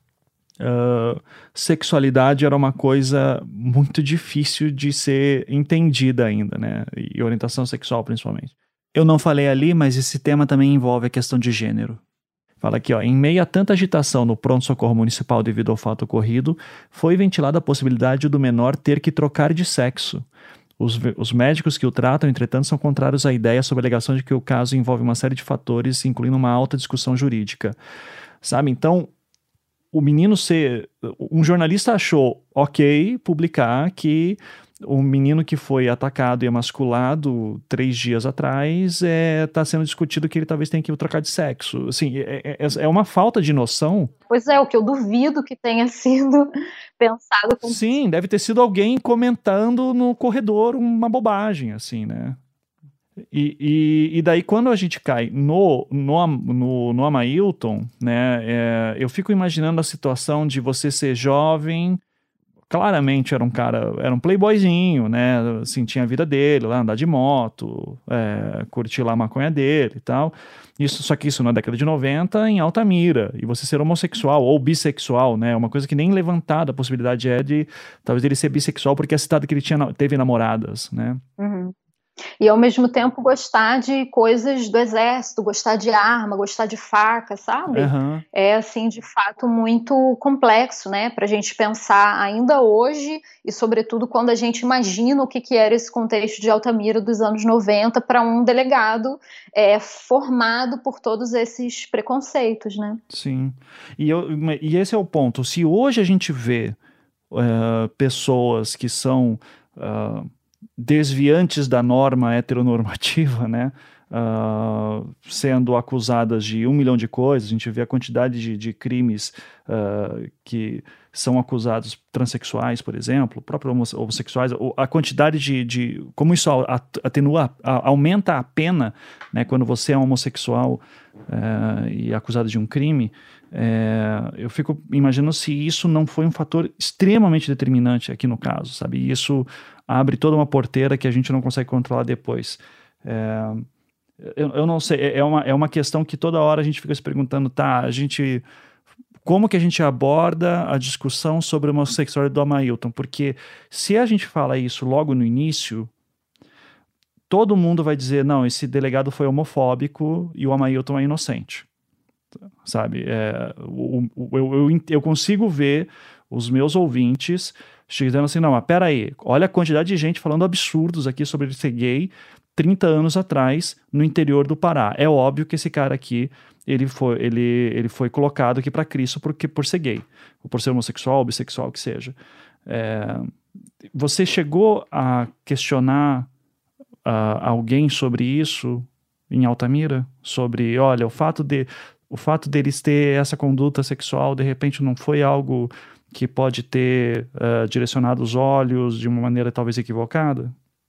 sexualidade era uma coisa muito difícil de ser entendida ainda, né? E orientação sexual, principalmente. Eu não falei ali, mas esse tema também envolve a questão de gênero. Fala aqui, ó, em meio a tanta agitação no pronto-socorro municipal devido ao fato ocorrido, foi ventilada a possibilidade do menor ter que trocar de sexo. Os médicos que o tratam, entretanto, são contrários à ideia sob a alegação de que o caso envolve uma série de fatores, incluindo uma alta discussão jurídica. Sabe, então, o menino um jornalista achou ok publicar que o menino que foi atacado e emasculado 3 dias atrás está sendo discutido que ele talvez tenha que trocar de sexo. Assim, é uma falta de noção. Pois é, o que eu duvido que tenha sido pensado. Sim, deve ter sido alguém comentando no corredor uma bobagem, assim, né? E daí quando a gente cai no Amailton, né, eu fico imaginando a situação de você ser jovem. Claramente era um playboyzinho, né, assim, tinha a vida dele, lá andar de moto, curtir lá a maconha dele e tal, só que isso na década de 90 em Altamira, e você ser homossexual ou bissexual, né, uma coisa que nem levantada a possibilidade de talvez ele ser bissexual, porque é citado que ele teve namoradas, né. Uhum. E ao mesmo tempo gostar de coisas do exército, gostar de arma, gostar de faca, sabe? Uhum. É assim, de fato, muito complexo, né? Pra gente pensar ainda hoje, e sobretudo quando a gente imagina o que era esse contexto de Altamira dos anos 90 para um delegado formado por todos esses preconceitos, né? Sim. E esse é o ponto. Se hoje a gente vê pessoas que são desviantes da norma heteronormativa, né, sendo acusadas de 1 milhão de coisas, a gente vê a quantidade de crimes que são acusados transexuais, por exemplo, próprios homossexuais, a quantidade de como isso atenua, aumenta a pena, né, quando você é homossexual e acusado de um crime. Eu fico imaginando se isso não foi um fator extremamente determinante aqui no caso, sabe? E isso abre toda uma porteira que a gente não consegue controlar depois. Eu não sei, é uma questão que toda hora a gente fica se perguntando, como que a gente aborda a discussão sobre a homossexualidade do Amailton? Porque se a gente fala isso logo no início, todo mundo vai dizer, não, esse delegado foi homofóbico e o Amailton é inocente. Sabe? Eu consigo ver os meus ouvintes chegando assim, não, mas peraí, olha a quantidade de gente falando absurdos aqui sobre ele ser gay 30 anos atrás no interior do Pará. É óbvio que esse cara aqui, ele foi colocado aqui para Cristo por ser gay, ou por ser homossexual, bissexual, que seja. Você chegou a questionar alguém sobre isso em Altamira? Sobre, olha, o fato deles ter essa conduta sexual, de repente não foi algo que pode ter direcionado os olhos de uma maneira talvez equivocada?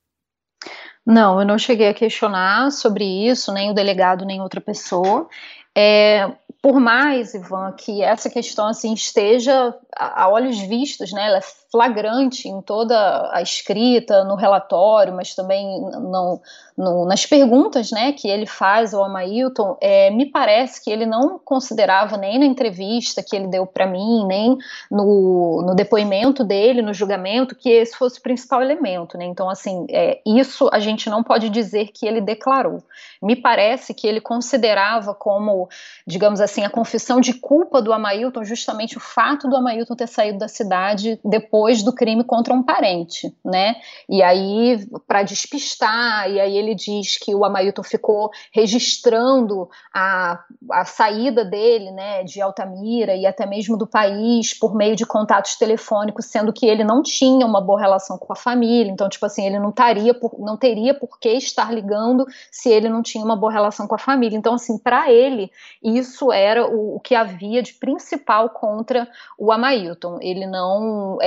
Não, eu não cheguei a questionar sobre isso, nem o delegado, nem outra pessoa. Por mais, Ivan, que essa questão assim, esteja a olhos vistos, né, ela é flagrante em toda a escrita, no relatório, mas também nas perguntas, né, que ele faz ao Amailton, me parece que ele não considerava nem na entrevista que ele deu para mim, nem no depoimento dele, no julgamento, que esse fosse o principal elemento, né? Então, assim, isso a gente não pode dizer que ele declarou. Me parece que ele considerava como, digamos assim, a confissão de culpa do Amailton, justamente o fato do Amailton ter saído da cidade depois do crime contra um parente, né? E aí, para despistar, e aí ele diz que o Amailton ficou registrando a saída dele, né, de Altamira e até mesmo do país por meio de contatos telefônicos, sendo que ele não tinha uma boa relação com a família. Então, tipo assim, ele não teria por que estar ligando se ele não tinha uma boa relação com a família. Então, assim, para ele, isso era o que havia de principal contra o Amailton. Ele não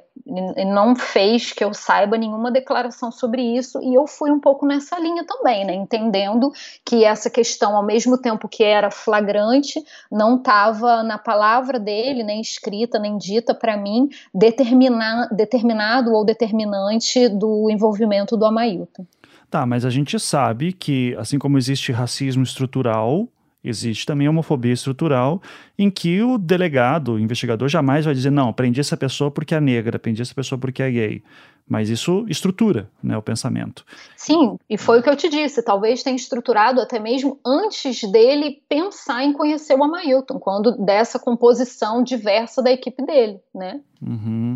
fez, que eu saiba, nenhuma declaração sobre isso, e eu fui um pouco nessa linha também, né, entendendo que essa questão, ao mesmo tempo que era flagrante, não estava na palavra dele, nem escrita, nem dita para mim, determinado ou determinante do envolvimento do Amailton. Tá, mas a gente sabe que, assim como existe racismo estrutural, existe também homofobia estrutural, em que o delegado, o investigador, jamais vai dizer, não, prendi essa pessoa porque é negra, prendi essa pessoa porque é gay. Mas isso estrutura, né, o pensamento. Sim, e foi o que eu te disse, talvez tenha estruturado até mesmo antes dele pensar em conhecer o Amailton, quando dessa composição diversa da equipe dele, né? Uhum.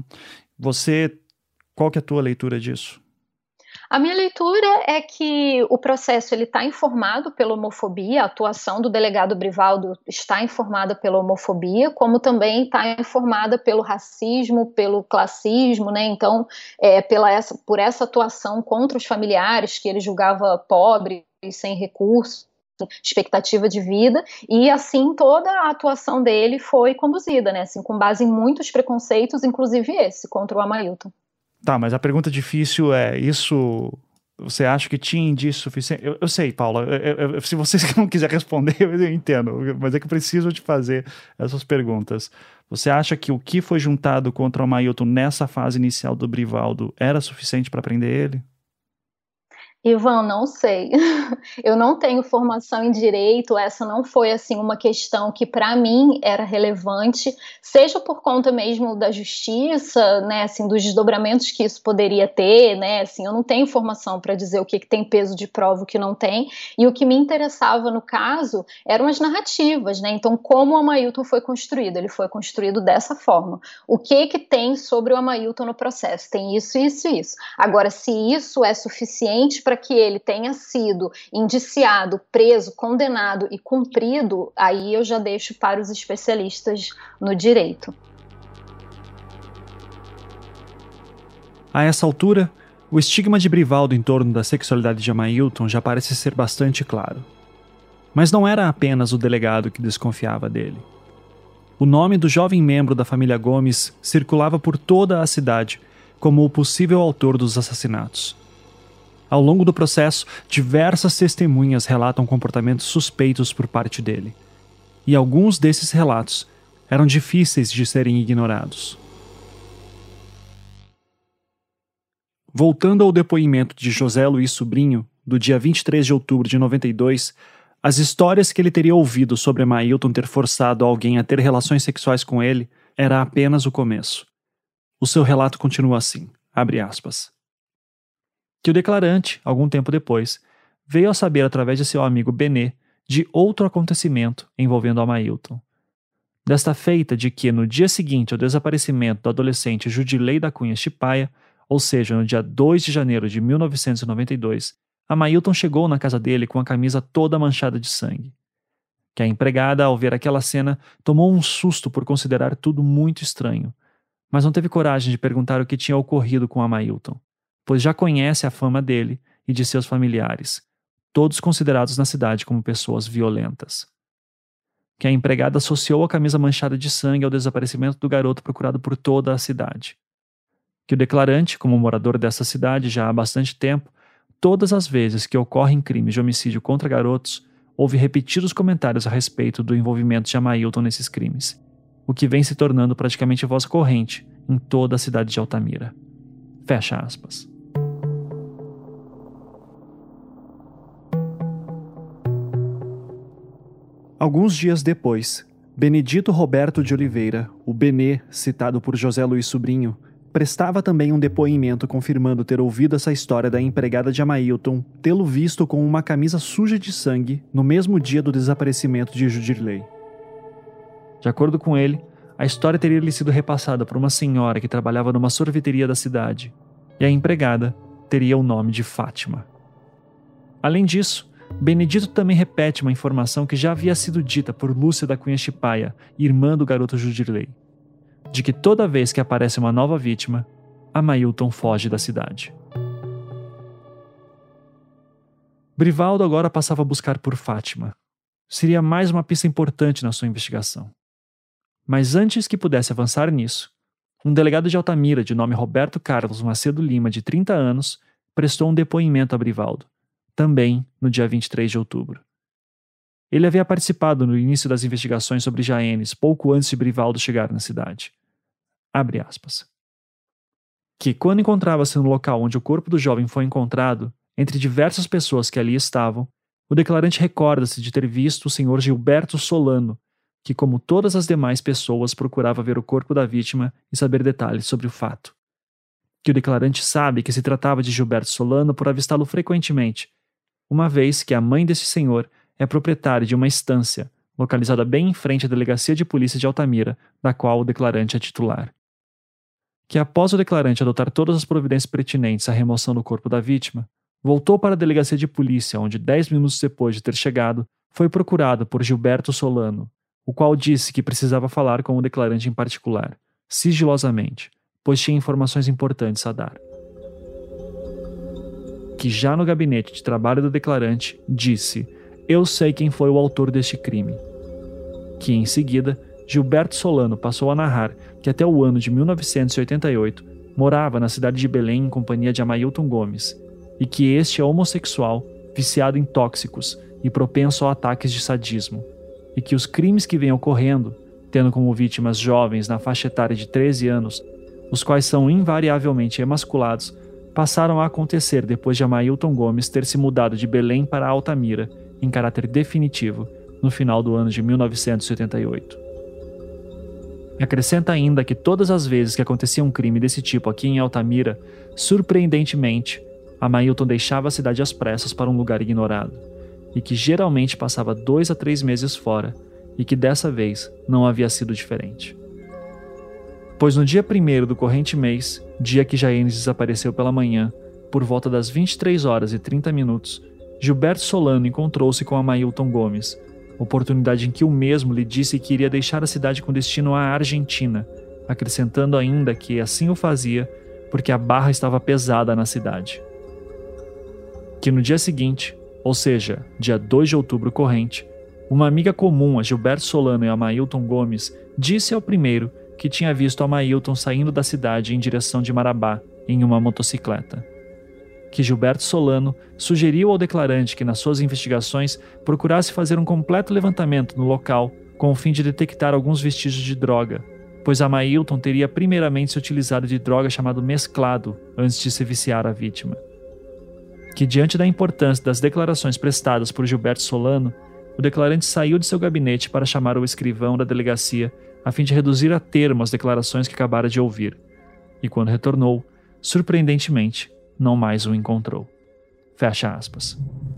Qual que é a tua leitura disso? A minha leitura é que o processo está informado pela homofobia, a atuação do delegado Brivaldo está informada pela homofobia, como também está informada pelo racismo, pelo classismo, né? Então, por essa atuação contra os familiares que ele julgava pobres, sem recursos, expectativa de vida, e assim toda a atuação dele foi conduzida, né? Assim, com base em muitos preconceitos, inclusive esse, contra o Amailton. Tá, mas a pergunta difícil é, isso, você acha que tinha indício suficiente? Eu sei, Paula, se você não quiser responder, eu entendo, mas é que eu preciso te fazer essas perguntas. Você acha que o que foi juntado contra o Amailton nessa fase inicial do Brivaldo era suficiente para prender ele? Ivan, não sei. Eu não tenho formação em direito, essa não foi assim uma questão que para mim era relevante, seja por conta mesmo da justiça, né, assim, dos desdobramentos que isso poderia ter, né, assim, eu não tenho formação para dizer o que tem peso de prova, o que não tem, e o que me interessava no caso eram as narrativas, né, então como o Amailton foi construído, ele foi construído dessa forma. O que tem sobre o Amailton no processo? Tem isso, isso e isso. Agora, se isso é suficiente para que ele tenha sido indiciado, preso, condenado e cumprido, aí eu já deixo para os especialistas no direito. A essa altura, o estigma de Brivaldo em torno da sexualidade de Amailton já parece ser bastante claro. Mas não era apenas o delegado que desconfiava dele. O nome do jovem membro da família Gomes circulava por toda a cidade como o possível autor dos assassinatos. Ao longo do processo, diversas testemunhas relatam comportamentos suspeitos por parte dele. E alguns desses relatos eram difíceis de serem ignorados. Voltando ao depoimento de José Luiz Sobrinho, do dia 23 de outubro de 92, as histórias que ele teria ouvido sobre Amailton ter forçado alguém a ter relações sexuais com ele era apenas o começo. O seu relato continua assim, abre aspas. Que o declarante, algum tempo depois, veio a saber através de seu amigo Benê de outro acontecimento envolvendo Amailton. Desta feita de que, no dia seguinte ao desaparecimento do adolescente Judilei da Cunha Chipaia, ou seja, no dia 2 de janeiro de 1992, Amailton chegou na casa dele com a camisa toda manchada de sangue. Que a empregada, ao ver aquela cena, tomou um susto por considerar tudo muito estranho, mas não teve coragem de perguntar o que tinha ocorrido com Amailton, pois já conhece a fama dele e de seus familiares, todos considerados na cidade como pessoas violentas. Que a empregada associou a camisa manchada de sangue ao desaparecimento do garoto procurado por toda a cidade. Que o declarante, como morador dessa cidade já há bastante tempo, todas as vezes que ocorrem crimes de homicídio contra garotos, houve repetidos comentários a respeito do envolvimento de Amailton nesses crimes, o que vem se tornando praticamente voz corrente em toda a cidade de Altamira. Fecha aspas. Alguns dias depois, Benedito Roberto de Oliveira, o Benê, citado por José Luiz Sobrinho, prestava também um depoimento confirmando ter ouvido essa história da empregada de Amailton tê-lo visto com uma camisa suja de sangue no mesmo dia do desaparecimento de Judirley. De acordo com ele, a história teria lhe sido repassada por uma senhora que trabalhava numa sorveteria da cidade, e a empregada teria o nome de Fátima. Além disso, Benedito também repete uma informação que já havia sido dita por Lúcia da Cunha Chipaia, irmã do garoto Judirley, de que toda vez que aparece uma nova vítima, Amailton foge da cidade. Brivaldo agora passava a buscar por Fátima. Seria mais uma pista importante na sua investigação. Mas antes que pudesse avançar nisso, um delegado de Altamira de nome Roberto Carlos Macedo Lima, de 30 anos, prestou um depoimento a Brivaldo, também no dia 23 de outubro. Ele havia participado no início das investigações sobre Jaenes pouco antes de Brivaldo chegar na cidade. Abre aspas. Que quando encontrava-se no local onde o corpo do jovem foi encontrado, entre diversas pessoas que ali estavam, o declarante recorda-se de ter visto o senhor Gilberto Solano, que, como todas as demais pessoas, procurava ver o corpo da vítima e saber detalhes sobre o fato. Que o declarante sabe que se tratava de Gilberto Solano por avistá-lo frequentemente, uma vez que a mãe desse senhor é proprietária de uma estância, localizada bem em frente à Delegacia de Polícia de Altamira, da qual o declarante é titular. Que após o declarante adotar todas as providências pertinentes à remoção do corpo da vítima, voltou para a Delegacia de Polícia, onde 10 minutos depois de ter chegado, foi procurado por Gilberto Solano, o qual disse que precisava falar com o declarante em particular, sigilosamente, pois tinha informações importantes a dar. Que já no gabinete de trabalho do declarante, disse: "Eu sei quem foi o autor deste crime." Que, em seguida, Gilberto Solano passou a narrar que até o ano de 1988 morava na cidade de Belém em companhia de Amailton Gomes, e que este é homossexual, viciado em tóxicos e propenso a ataques de sadismo, e que os crimes que vêm ocorrendo, tendo como vítimas jovens na faixa etária de 13 anos, os quais são invariavelmente emasculados, passaram a acontecer depois de Amailton Gomes ter se mudado de Belém para Altamira, em caráter definitivo, no final do ano de 1988. Acrescenta ainda que todas as vezes que acontecia um crime desse tipo aqui em Altamira, surpreendentemente, Amailton deixava a cidade às pressas para um lugar ignorado, e que geralmente passava 2 a 3 meses fora, e que dessa vez não havia sido diferente. Pois no dia 1º do corrente mês, dia que Jaenes desapareceu pela manhã, por volta das 23h30, Gilberto Solano encontrou-se com Amailton Gomes, oportunidade em que o mesmo lhe disse que iria deixar a cidade com destino à Argentina, acrescentando ainda que assim o fazia porque a barra estava pesada na cidade. Que no dia seguinte, ou seja, dia 2 de outubro corrente, uma amiga comum a Gilberto Solano e a Amailton Gomes disse ao primeiro que tinha visto Amailton saindo da cidade em direção de Marabá em uma motocicleta. Que Gilberto Solano sugeriu ao declarante que nas suas investigações procurasse fazer um completo levantamento no local com o fim de detectar alguns vestígios de droga, pois Amailton teria primeiramente se utilizado de droga chamada mesclado antes de se viciar a vítima. Que diante da importância das declarações prestadas por Gilberto Solano, o declarante saiu de seu gabinete para chamar o escrivão da delegacia a fim de reduzir a termo as declarações que acabara de ouvir, e quando retornou, surpreendentemente, não mais o encontrou. Fecha aspas.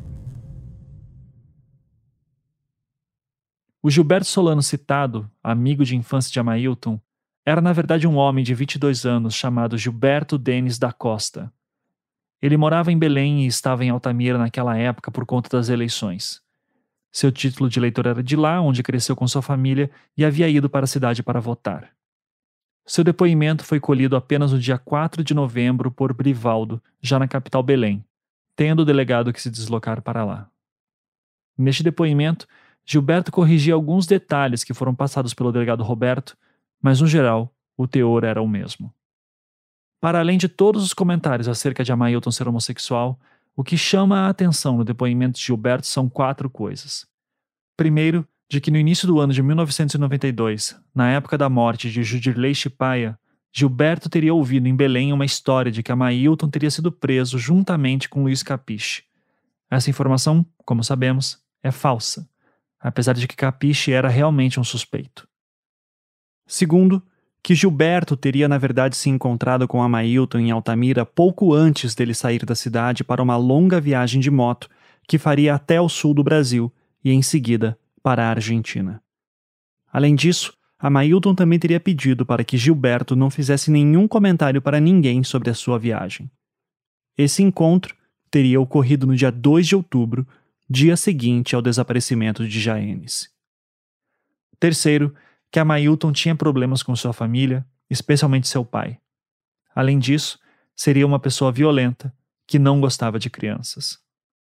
O Gilberto Solano citado, amigo de infância de Amailton, era na verdade um homem de 22 anos chamado Gilberto Denis da Costa. Ele morava em Belém e estava em Altamira naquela época por conta das eleições. Seu título de eleitor era de lá, onde cresceu com sua família e havia ido para a cidade para votar. Seu depoimento foi colhido apenas no dia 4 de novembro por Brivaldo, já na capital Belém, tendo o delegado que se deslocar para lá. Neste depoimento, Gilberto corrigia alguns detalhes que foram passados pelo delegado Roberto, mas no geral, o teor era o mesmo. Para além de todos os comentários acerca de Amailton ser homossexual, o que chama a atenção no depoimento de Gilberto são 4 coisas. Primeiro, de que no início do ano de 1992, na época da morte de Judirley Chipaia, Gilberto teria ouvido em Belém uma história de que Amailton teria sido preso juntamente com Luiz Capiche. Essa informação, como sabemos, é falsa, apesar de que Capiche era realmente um suspeito. Segundo, que Gilberto teria na verdade se encontrado com Amailton em Altamira pouco antes dele sair da cidade para uma longa viagem de moto que faria até o sul do Brasil e em seguida para a Argentina. Além disso, Amailton também teria pedido para que Gilberto não fizesse nenhum comentário para ninguém sobre a sua viagem. Esse encontro teria ocorrido no dia 2 de outubro, dia seguinte ao desaparecimento de Jaenes. Terceiro, que Amailton tinha problemas com sua família, especialmente seu pai. Além disso, seria uma pessoa violenta que não gostava de crianças.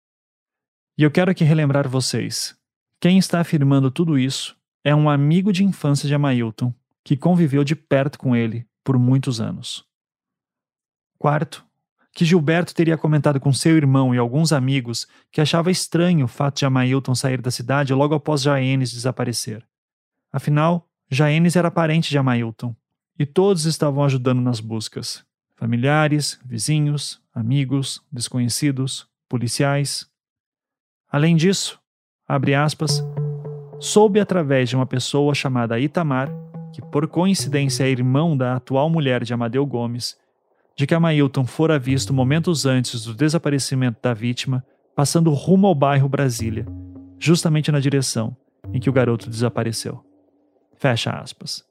E eu quero aqui relembrar vocês, quem está afirmando tudo isso é um amigo de infância de Amailton, que conviveu de perto com ele por muitos anos. Quarto, que Gilberto teria comentado com seu irmão e alguns amigos que achava estranho o fato de Amailton sair da cidade logo após Jaenes desaparecer. Afinal, Jaenes era parente de Amailton, e todos estavam ajudando nas buscas. Familiares, vizinhos, amigos, desconhecidos, policiais. Além disso, abre aspas, soube através de uma pessoa chamada Itamar, que por coincidência é irmão da atual mulher de Amadeu Gomes, de que Amailton fora visto momentos antes do desaparecimento da vítima, passando rumo ao bairro Brasília, justamente na direção em que o garoto desapareceu. Fecha aspas.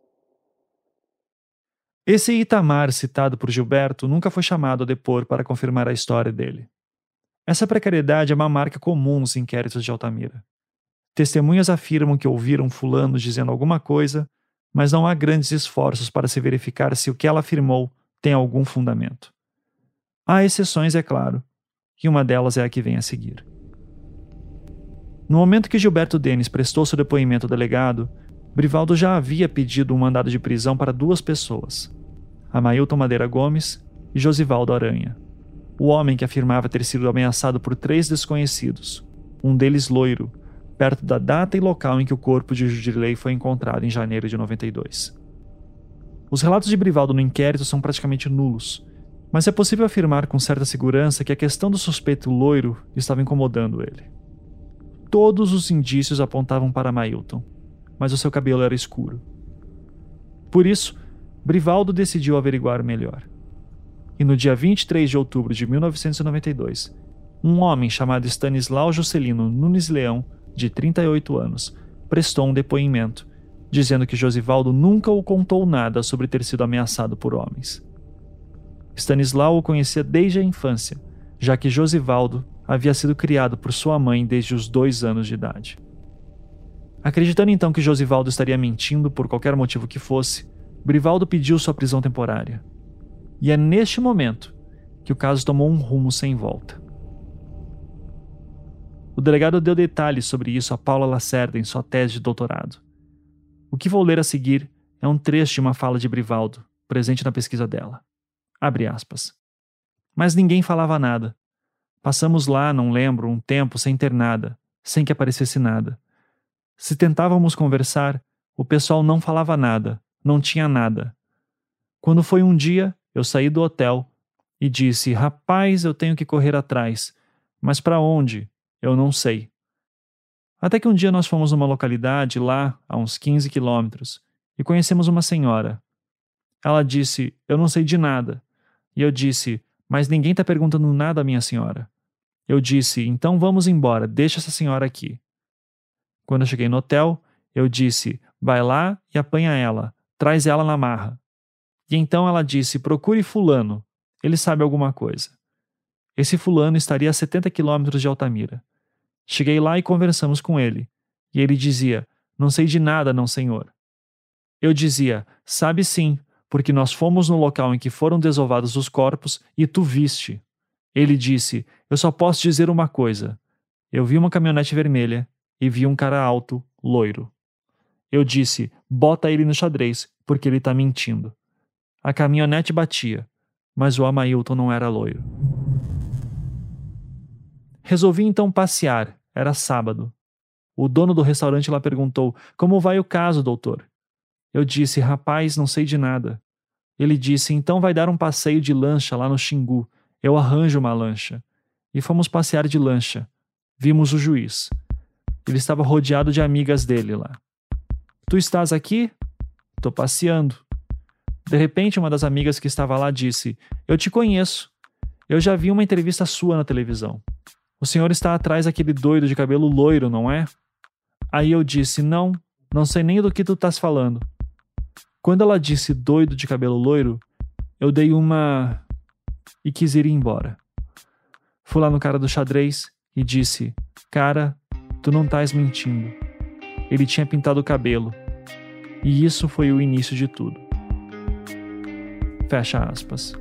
Esse Itamar citado por Gilberto nunca foi chamado a depor para confirmar a história dele. Essa precariedade é uma marca comum nos inquéritos de Altamira. Testemunhas afirmam que ouviram fulano dizendo alguma coisa, mas não há grandes esforços para se verificar se o que ela afirmou tem algum fundamento. Há exceções, é claro, e uma delas é a que vem a seguir. No momento que Gilberto Denis prestou seu depoimento ao delegado, Brivaldo já havia pedido um mandado de prisão para 2 pessoas, Amailton Madeira Gomes e Josivaldo Aranha, o homem que afirmava ter sido ameaçado por 3 desconhecidos, um deles loiro, perto da data e local em que o corpo de Judirley foi encontrado em janeiro de 92. Os relatos de Brivaldo no inquérito são praticamente nulos, mas é possível afirmar com certa segurança que a questão do suspeito loiro estava incomodando ele. Todos os indícios apontavam para Amailton, mas o seu cabelo era escuro. Por isso, Brivaldo decidiu averiguar melhor. E no dia 23 de outubro de 1992, um homem chamado Stanislau Juscelino Nunes Leão, de 38 anos, prestou um depoimento, dizendo que Josivaldo nunca o contou nada sobre ter sido ameaçado por homens. Stanislau o conhecia desde a infância, já que Josivaldo havia sido criado por sua mãe desde os 2 anos de idade. Acreditando então que Josivaldo estaria mentindo por qualquer motivo que fosse, Brivaldo pediu sua prisão temporária. E é neste momento que o caso tomou um rumo sem volta. O delegado deu detalhes sobre isso a Paula Lacerda em sua tese de doutorado. O que vou ler a seguir é um trecho de uma fala de Brivaldo, presente na pesquisa dela. Abre aspas. Mas ninguém falava nada. Passamos lá, não lembro, um tempo sem ter nada, sem que aparecesse nada. Se tentávamos conversar, o pessoal não falava nada, não tinha nada. Quando foi um dia, eu saí do hotel e disse, rapaz, eu tenho que correr atrás. Mas para onde? Eu não sei. Até que um dia nós fomos numa localidade lá, a uns 15 quilômetros, e conhecemos uma senhora. Ela disse, eu não sei de nada. E eu disse, mas ninguém está perguntando nada, minha senhora. Eu disse, então vamos embora, deixa essa senhora aqui. Quando eu cheguei no hotel, eu disse, vai lá e apanha ela, traz ela na marra. E então ela disse, procure fulano, ele sabe alguma coisa. Esse fulano estaria a 70 quilômetros de Altamira. Cheguei lá e conversamos com ele, e ele dizia, não sei de nada, não senhor. Eu dizia, sabe sim, porque nós fomos no local em que foram desovados os corpos e tu viste. Ele disse: eu só posso dizer uma coisa. Eu vi uma caminhonete vermelha e vi um cara alto, loiro. Eu disse: bota ele no xadrez, porque ele tá mentindo. A caminhonete batia, mas o Amailton não era loiro. Resolvi então passear. Era sábado. O dono do restaurante lá perguntou: como vai o caso, doutor? Eu disse: rapaz, não sei de nada. Ele disse: então vai dar um passeio de lancha lá no Xingu. Eu arranjo uma lancha. E fomos passear de lancha. Vimos o juiz. Ele estava rodeado de amigas dele lá. Tu estás aqui? Tô passeando. De repente, uma das amigas que estava lá disse: eu te conheço. Eu já vi uma entrevista sua na televisão. O senhor está atrás daquele doido de cabelo loiro, não é? Aí eu disse: não sei nem do que tu estás falando. Quando ela disse doido de cabelo loiro, eu dei uma... e quis ir embora. Fui lá no cara do xadrez e disse: cara, tu não estás mentindo. Ele tinha pintado o cabelo. E isso foi o início de tudo. Fecha aspas.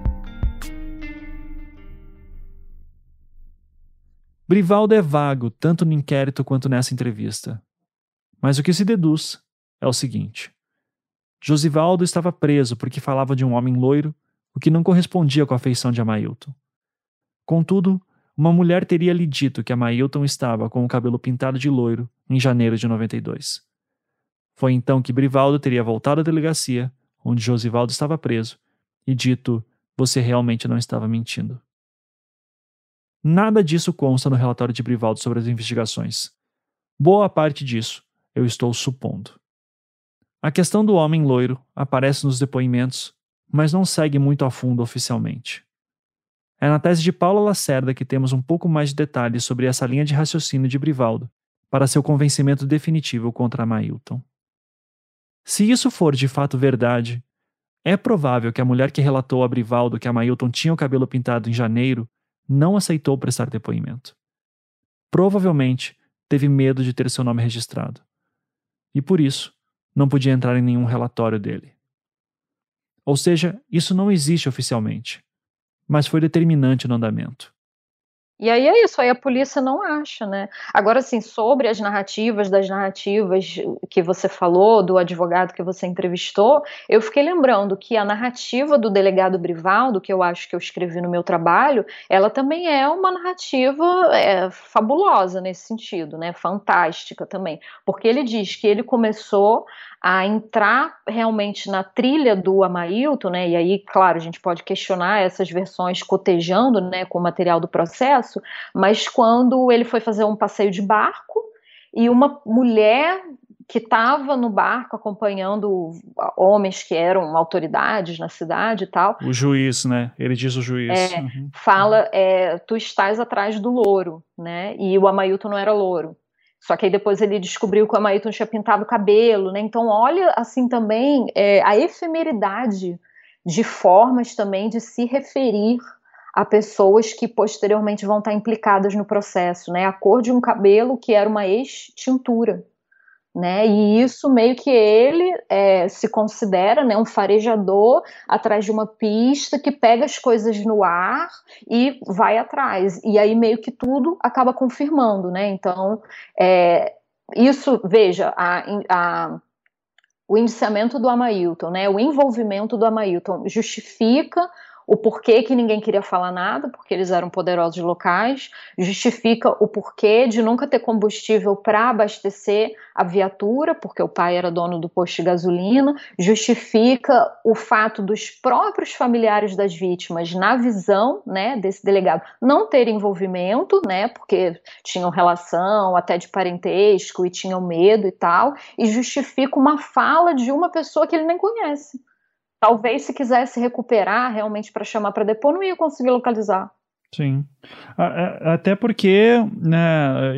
Brivaldo é vago tanto no inquérito quanto nessa entrevista. Mas o que se deduz é o seguinte: Josivaldo estava preso porque falava de um homem loiro, o que não correspondia com a feição de Amailton. Contudo, uma mulher teria lhe dito que Amailton estava com o cabelo pintado de loiro em janeiro de 92. Foi então que Brivaldo teria voltado à delegacia, onde Josivaldo estava preso, e dito: você realmente não estava mentindo. Nada disso consta no relatório de Brivaldo sobre as investigações. Boa parte disso eu estou supondo. A questão do homem loiro aparece nos depoimentos, mas não segue muito a fundo oficialmente. É na tese de Paula Lacerda que temos um pouco mais de detalhes sobre essa linha de raciocínio de Brivaldo para seu convencimento definitivo contra Amailton. Se isso for de fato verdade, é provável que a mulher que relatou a Brivaldo que Amailton tinha o cabelo pintado em janeiro não aceitou prestar depoimento. Provavelmente teve medo de ter seu nome registrado. E por isso, não podia entrar em nenhum relatório dele. Ou seja, isso não existe oficialmente, mas foi determinante no andamento. E aí é isso, aí a polícia não acha, né? Agora, assim, sobre as narrativas, das narrativas que você falou, do advogado que você entrevistou, eu fiquei lembrando que a narrativa do delegado Brivaldo, que eu acho que eu escrevi no meu trabalho, ela também é uma narrativa fabulosa nesse sentido, né? Fantástica também, porque ele diz que ele começou a entrar realmente na trilha do Amailton, né? E aí, claro, a gente pode questionar essas versões cotejando, né, com o material do processo, mas quando ele foi fazer um passeio de barco e uma mulher que estava no barco acompanhando homens que eram autoridades na cidade e tal. O juiz, né? Ele diz o juiz. Fala, tu estás atrás do louro, né? E o Amailton não era louro. Só que aí depois ele descobriu que o Amailton tinha pintado o cabelo, né? Então olha assim também a efemeridade de formas também de se referir a pessoas que posteriormente vão estar implicadas no processo, né? A cor de um cabelo que era uma ex-tintura, né? E isso meio que ele se considera, né, um farejador atrás de uma pista que pega as coisas no ar e vai atrás. E aí meio que tudo acaba confirmando, né? Então, isso, veja, o indiciamento do Amailton, né, o envolvimento do Amailton justifica o porquê que ninguém queria falar nada, porque eles eram poderosos locais, justifica o porquê de nunca ter combustível para abastecer a viatura, porque o pai era dono do posto de gasolina, justifica o fato dos próprios familiares das vítimas, na visão, né, desse delegado, não terem envolvimento, né, porque tinham relação até de parentesco e tinham medo e tal, e justifica uma fala de uma pessoa que ele nem conhece. Talvez se quisesse recuperar realmente para chamar para depor, não ia conseguir localizar. Sim. Até porque, né,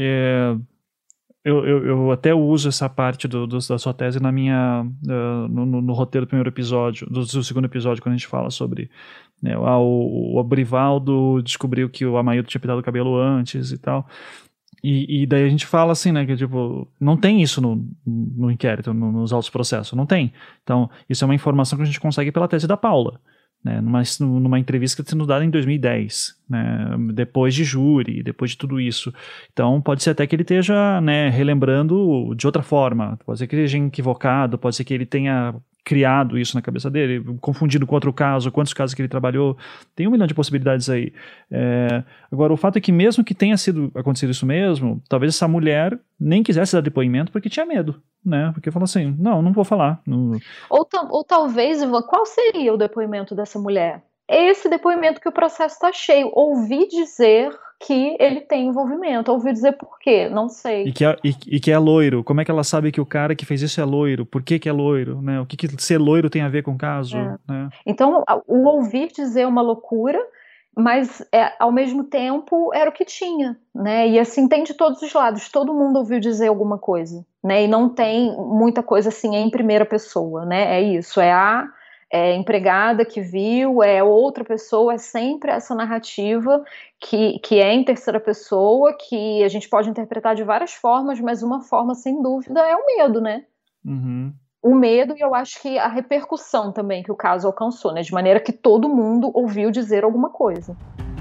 eu até uso essa parte da sua tese na minha, no roteiro do primeiro episódio, do segundo episódio, quando a gente fala sobre, né, o Brivaldo descobriu que o Amailton tinha pintado o cabelo antes e tal. E daí a gente fala assim, né, que tipo, não tem isso no inquérito, nos autos processos, não tem. Então, isso é uma informação que a gente consegue pela tese da Paula, né, numa entrevista que está sendo dada em 2010, né, depois de júri, depois de tudo isso. Então pode ser até que ele esteja, né, relembrando de outra forma, pode ser que ele esteja equivocado, pode ser que ele tenha criado isso na cabeça dele, confundido com outro caso, quantos casos que ele trabalhou, tem 1 milhão de possibilidades aí. Agora, o fato é que mesmo que tenha acontecido isso mesmo, talvez essa mulher nem quisesse dar depoimento porque tinha medo, né, porque falou assim, não vou falar. Não... Ou talvez, Ivan, qual seria o depoimento dessa mulher? Esse depoimento que o processo está cheio, ouvi dizer que ele tem envolvimento, ouvi dizer por quê, não sei. E que é loiro, como é que ela sabe que o cara que fez isso é loiro, por que é loiro, né? O que ser loiro tem a ver com o caso, né? Então, o ouvir dizer é uma loucura, mas ao mesmo tempo era o que tinha, né? E assim, tem de todos os lados, todo mundo ouviu dizer alguma coisa, né? E não tem muita coisa assim em primeira pessoa, né? É isso, é a empregada que viu, é outra pessoa, é sempre essa narrativa que é em terceira pessoa, que a gente pode interpretar de várias formas, mas uma forma, sem dúvida, é o medo, né? Uhum. O medo e eu acho que a repercussão também que o caso alcançou, né? De maneira que todo mundo ouviu dizer alguma coisa.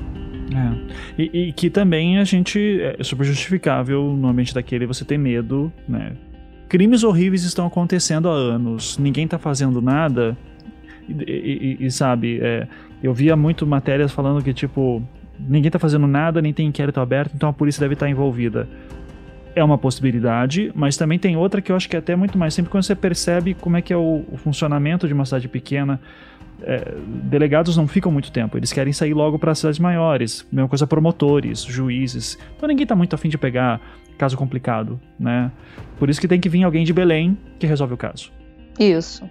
E que também é super justificável no ambiente daquele você ter medo, né? Crimes horríveis estão acontecendo há anos, ninguém tá fazendo nada. E sabe, eu via muito matérias falando que, tipo, ninguém tá fazendo nada, nem tem inquérito aberto, então a polícia deve estar envolvida. É uma possibilidade, mas também tem outra que eu acho que é até muito mais simples quando você percebe como é que é o funcionamento de uma cidade pequena. Delegados não ficam muito tempo, eles querem sair logo para cidades maiores, mesma coisa promotores, juízes, então ninguém tá muito afim de pegar caso complicado, né? Por isso que tem que vir alguém de Belém que resolve o caso. Isso.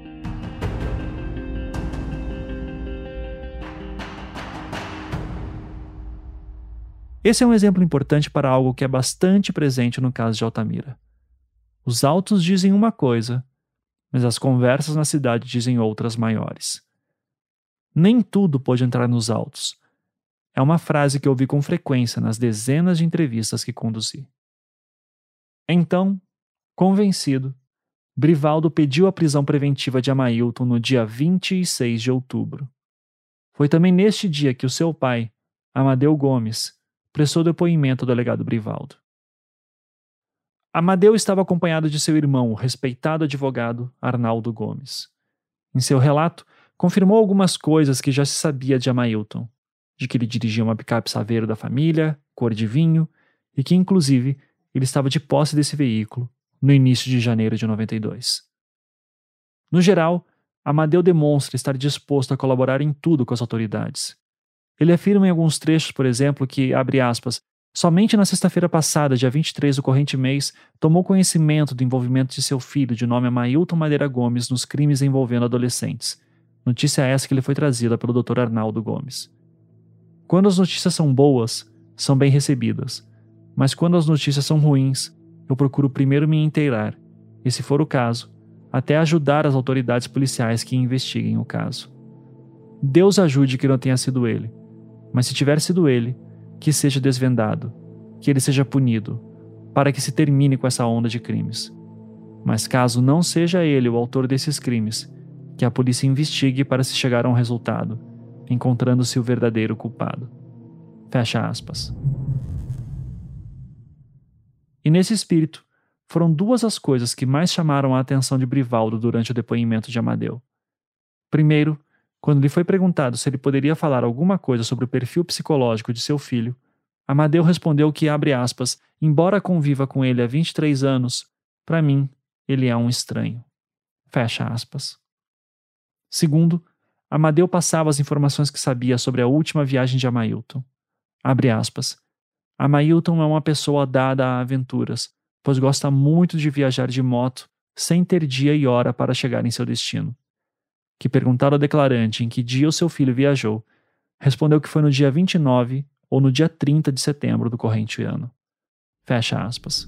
Esse é um exemplo importante para algo que é bastante presente no caso de Altamira. Os autos dizem uma coisa, mas as conversas na cidade dizem outras maiores. Nem tudo pode entrar nos autos. É uma frase que ouvi com frequência nas dezenas de entrevistas que conduzi. Então, convencido, Brivaldo pediu a prisão preventiva de Amailton no dia 26 de outubro. Foi também neste dia que o seu pai, Amadeu Gomes, prestou depoimento ao delegado Brivaldo. Amadeu estava acompanhado de seu irmão, o respeitado advogado Arnaldo Gomes. Em seu relato, confirmou algumas coisas que já se sabia de Amailton, de que ele dirigia uma picape Saveiro da família, cor de vinho, e que, inclusive, ele estava de posse desse veículo no início de janeiro de 92. No geral, Amadeu demonstra estar disposto a colaborar em tudo com as autoridades. Ele afirma em alguns trechos, por exemplo, que, abre aspas, somente na sexta-feira passada, dia 23 do corrente mês, tomou conhecimento do envolvimento de seu filho, de nome Amailton Madeira Gomes, nos crimes envolvendo adolescentes. Notícia essa que lhe foi trazida pelo Dr. Arnaldo Gomes. Quando as notícias são boas, são bem recebidas. Mas quando as notícias são ruins, eu procuro primeiro me inteirar, e se for o caso, até ajudar as autoridades policiais que investiguem o caso. Deus ajude que não tenha sido ele. Mas se tiver sido ele, que seja desvendado, que ele seja punido, para que se termine com essa onda de crimes. Mas caso não seja ele o autor desses crimes, que a polícia investigue para se chegar a um resultado, encontrando-se o verdadeiro culpado. Fecha aspas. E nesse espírito, foram duas as coisas que mais chamaram a atenção de Brivaldo durante o depoimento de Amadeu. Primeiro, quando lhe foi perguntado se ele poderia falar alguma coisa sobre o perfil psicológico de seu filho, Amadeu respondeu que, abre aspas, embora conviva com ele há 23 anos, para mim, ele é um estranho. Fecha aspas. Segundo, Amadeu passava as informações que sabia sobre a última viagem de Amailton. Abre aspas. Amailton é uma pessoa dada a aventuras, pois gosta muito de viajar de moto, sem ter dia e hora para chegar em seu destino. Que perguntado ao declarante em que dia o seu filho viajou, respondeu que foi no dia 29 ou no dia 30 de setembro do corrente ano. Fecha aspas.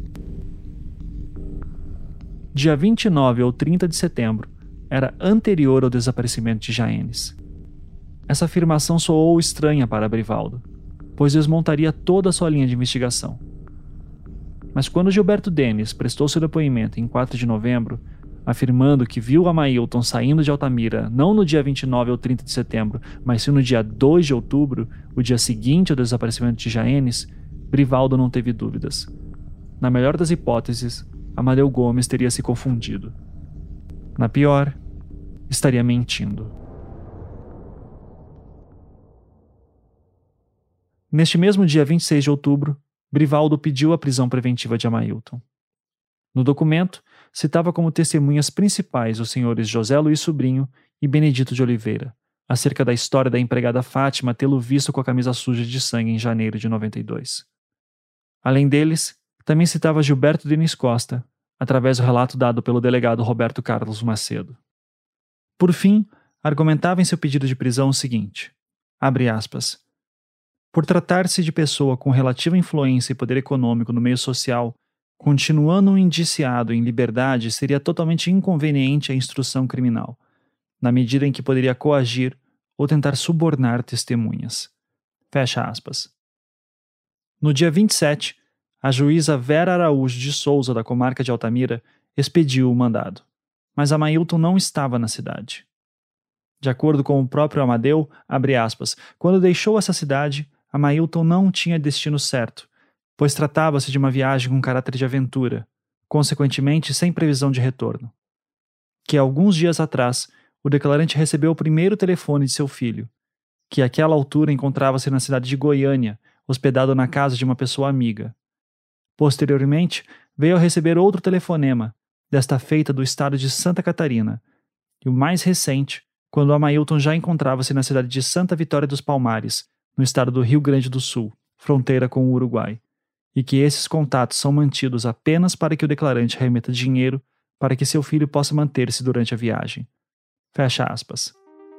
Dia 29 ou 30 de setembro era anterior ao desaparecimento de Jaenes. Essa afirmação soou estranha para Brivaldo, pois desmontaria toda a sua linha de investigação. Mas quando Gilberto Denis prestou seu depoimento em 4 de novembro, afirmando que viu Amailton saindo de Altamira não no dia 29 ou 30 de setembro, mas sim no dia 2 de outubro, o dia seguinte ao desaparecimento de Jaenes, Brivaldo não teve dúvidas. Na melhor das hipóteses, Amadeu Gomes teria se confundido. Na pior, estaria mentindo. Neste mesmo dia 26 de outubro, Brivaldo pediu a prisão preventiva de Amailton. No documento, citava como testemunhas principais os senhores José Luiz Sobrinho e Benedito de Oliveira, acerca da história da empregada Fátima tê-lo visto com a camisa suja de sangue em janeiro de 92. Além deles, também citava Gilberto Diniz Costa, através do relato dado pelo delegado Roberto Carlos Macedo. Por fim, argumentava em seu pedido de prisão o seguinte, abre aspas, por tratar-se de pessoa com relativa influência e poder econômico no meio social, continuando um indiciado em liberdade seria totalmente inconveniente à instrução criminal, na medida em que poderia coagir ou tentar subornar testemunhas. Fecha aspas. No dia 27, a juíza Vera Araújo de Souza, da comarca de Altamira, expediu o mandado, mas Amailton não estava na cidade. De acordo com o próprio Amadeu, abre aspas, quando deixou essa cidade, Amailton não tinha destino certo, pois tratava-se de uma viagem com caráter de aventura, consequentemente sem previsão de retorno. Que alguns dias atrás, o declarante recebeu o primeiro telefone de seu filho, que àquela altura encontrava-se na cidade de Goiânia, hospedado na casa de uma pessoa amiga. Posteriormente, veio a receber outro telefonema, desta feita do estado de Santa Catarina, e o mais recente, quando Amailton já encontrava-se na cidade de Santa Vitória dos Palmares, no estado do Rio Grande do Sul, fronteira com o Uruguai, e que esses contatos são mantidos apenas para que o declarante remeta dinheiro para que seu filho possa manter-se durante a viagem. Fecha aspas.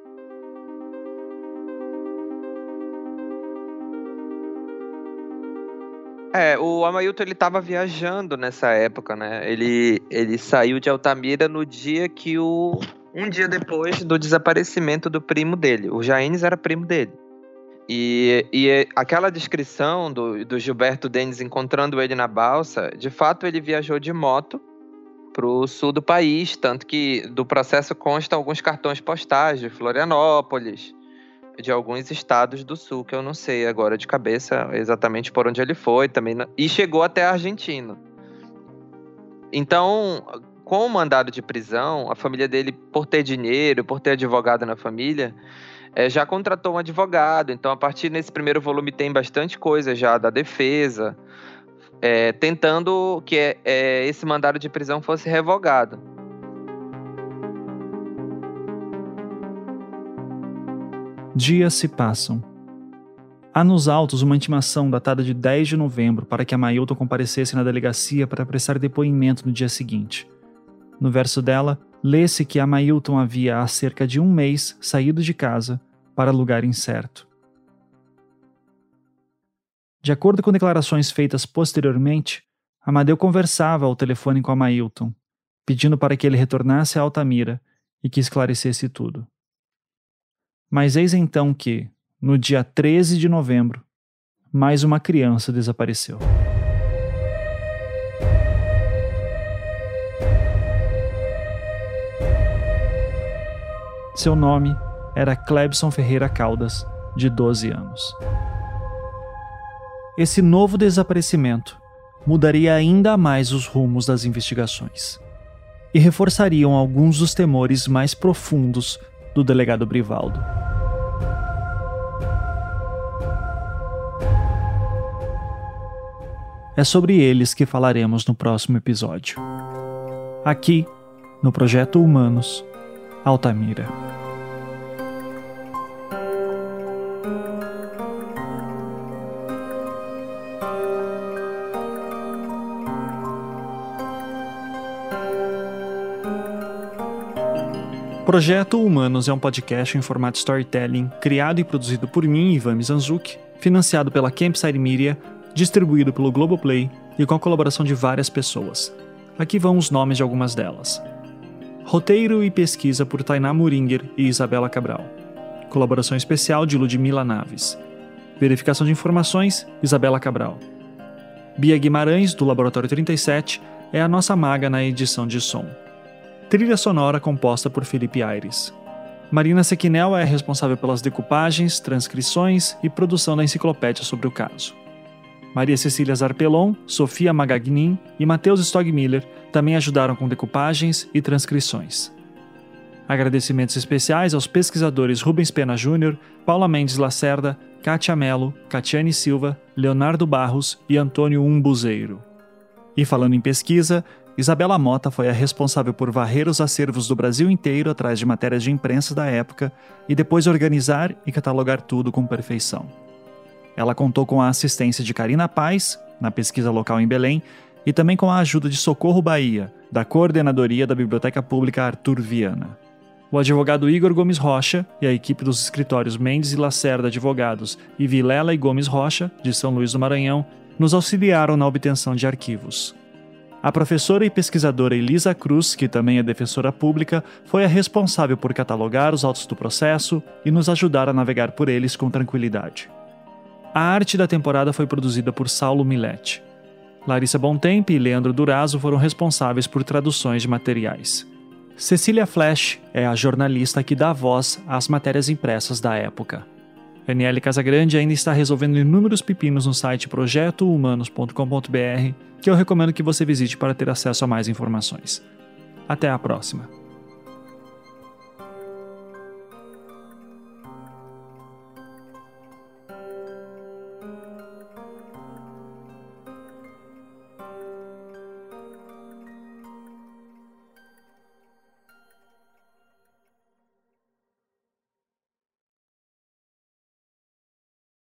O Amailton ele estava viajando nessa época, né? Ele saiu de Altamira no dia que um dia depois do desaparecimento do primo dele. O Jaenes era primo dele. E aquela descrição do Gilberto Denis encontrando ele na balsa, de fato ele viajou de moto para o sul do país, tanto que do processo constam alguns cartões postais de Florianópolis, de alguns estados do sul, que eu não sei agora de cabeça exatamente por onde ele foi, também, e chegou até a Argentina. Então, com o mandado de prisão, a família dele, por ter dinheiro, por ter advogado na família, já contratou um advogado. Então, a partir desse primeiro volume tem bastante coisa já da defesa, tentando que esse mandado de prisão fosse revogado. Dias se passam. Há nos autos uma intimação datada de 10 de novembro para que Amailton comparecesse na delegacia para prestar depoimento no dia seguinte. No verso dela, lê-se que Amailton havia há cerca de 1 mês saído de casa para lugar incerto. De acordo com declarações feitas posteriormente, Amadeu conversava ao telefone com Amailton, pedindo para que ele retornasse a Altamira e que esclarecesse tudo. Mas eis então que, no dia 13 de novembro, mais uma criança desapareceu. Seu nome era Clebson Ferreira Caldas, de 12 anos. Esse novo desaparecimento mudaria ainda mais os rumos das investigações e reforçariam alguns dos temores mais profundos do delegado Brivaldo. É sobre eles que falaremos no próximo episódio. Aqui, no Projeto Humanos, Altamira. Projeto Humanos é um podcast em formato storytelling, criado e produzido por mim, Ivan Mizanzuki, financiado pela Campside Media, distribuído pelo Globoplay e com a colaboração de várias pessoas. Aqui vão os nomes de algumas delas. Roteiro e pesquisa por Tainá Muringer e Isabela Cabral. Colaboração especial de Ludmila Naves. Verificação de informações, Isabela Cabral. Bia Guimarães, do Laboratório 37, é a nossa maga na edição de som. trilha sonora composta por Felipe Aires. Marina Sequinel é responsável pelas decupagens, transcrições e produção da enciclopédia sobre o caso. Maria Cecília Zarpelon, Sofia Magagnin e Matheus Stogmiller também ajudaram com decupagens e transcrições. Agradecimentos especiais aos pesquisadores Rubens Pena Júnior, Paula Mendes Lacerda, Kátia Mello, Catiane Silva, Leonardo Barros e Antônio Umbuzeiro. E falando em pesquisa, Isabela Mota foi a responsável por varrer os acervos do Brasil inteiro atrás de matérias de imprensa da época e depois organizar e catalogar tudo com perfeição. Ela contou com a assistência de Karina Paz, na pesquisa local em Belém, e também com a ajuda de Socorro Bahia, da Coordenadoria da Biblioteca Pública Arthur Viana. O advogado Igor Gomes Rocha e a equipe dos escritórios Mendes e Lacerda Advogados e Vilela e Gomes Rocha, de São Luís do Maranhão, nos auxiliaram na obtenção de arquivos. A professora e pesquisadora Elisa Cruz, que também é defensora pública, foi a responsável por catalogar os autos do processo e nos ajudar a navegar por eles com tranquilidade. A arte da temporada foi produzida por Saulo Milete. Larissa Bontempo e Leandro Durazo foram responsáveis por traduções de materiais. Cecília Flash é a jornalista que dá voz às matérias impressas da época. Aniele Casagrande ainda está resolvendo inúmeros pepinos no site projetohumanos.com.br, que eu recomendo que você visite para ter acesso a mais informações. Até a próxima!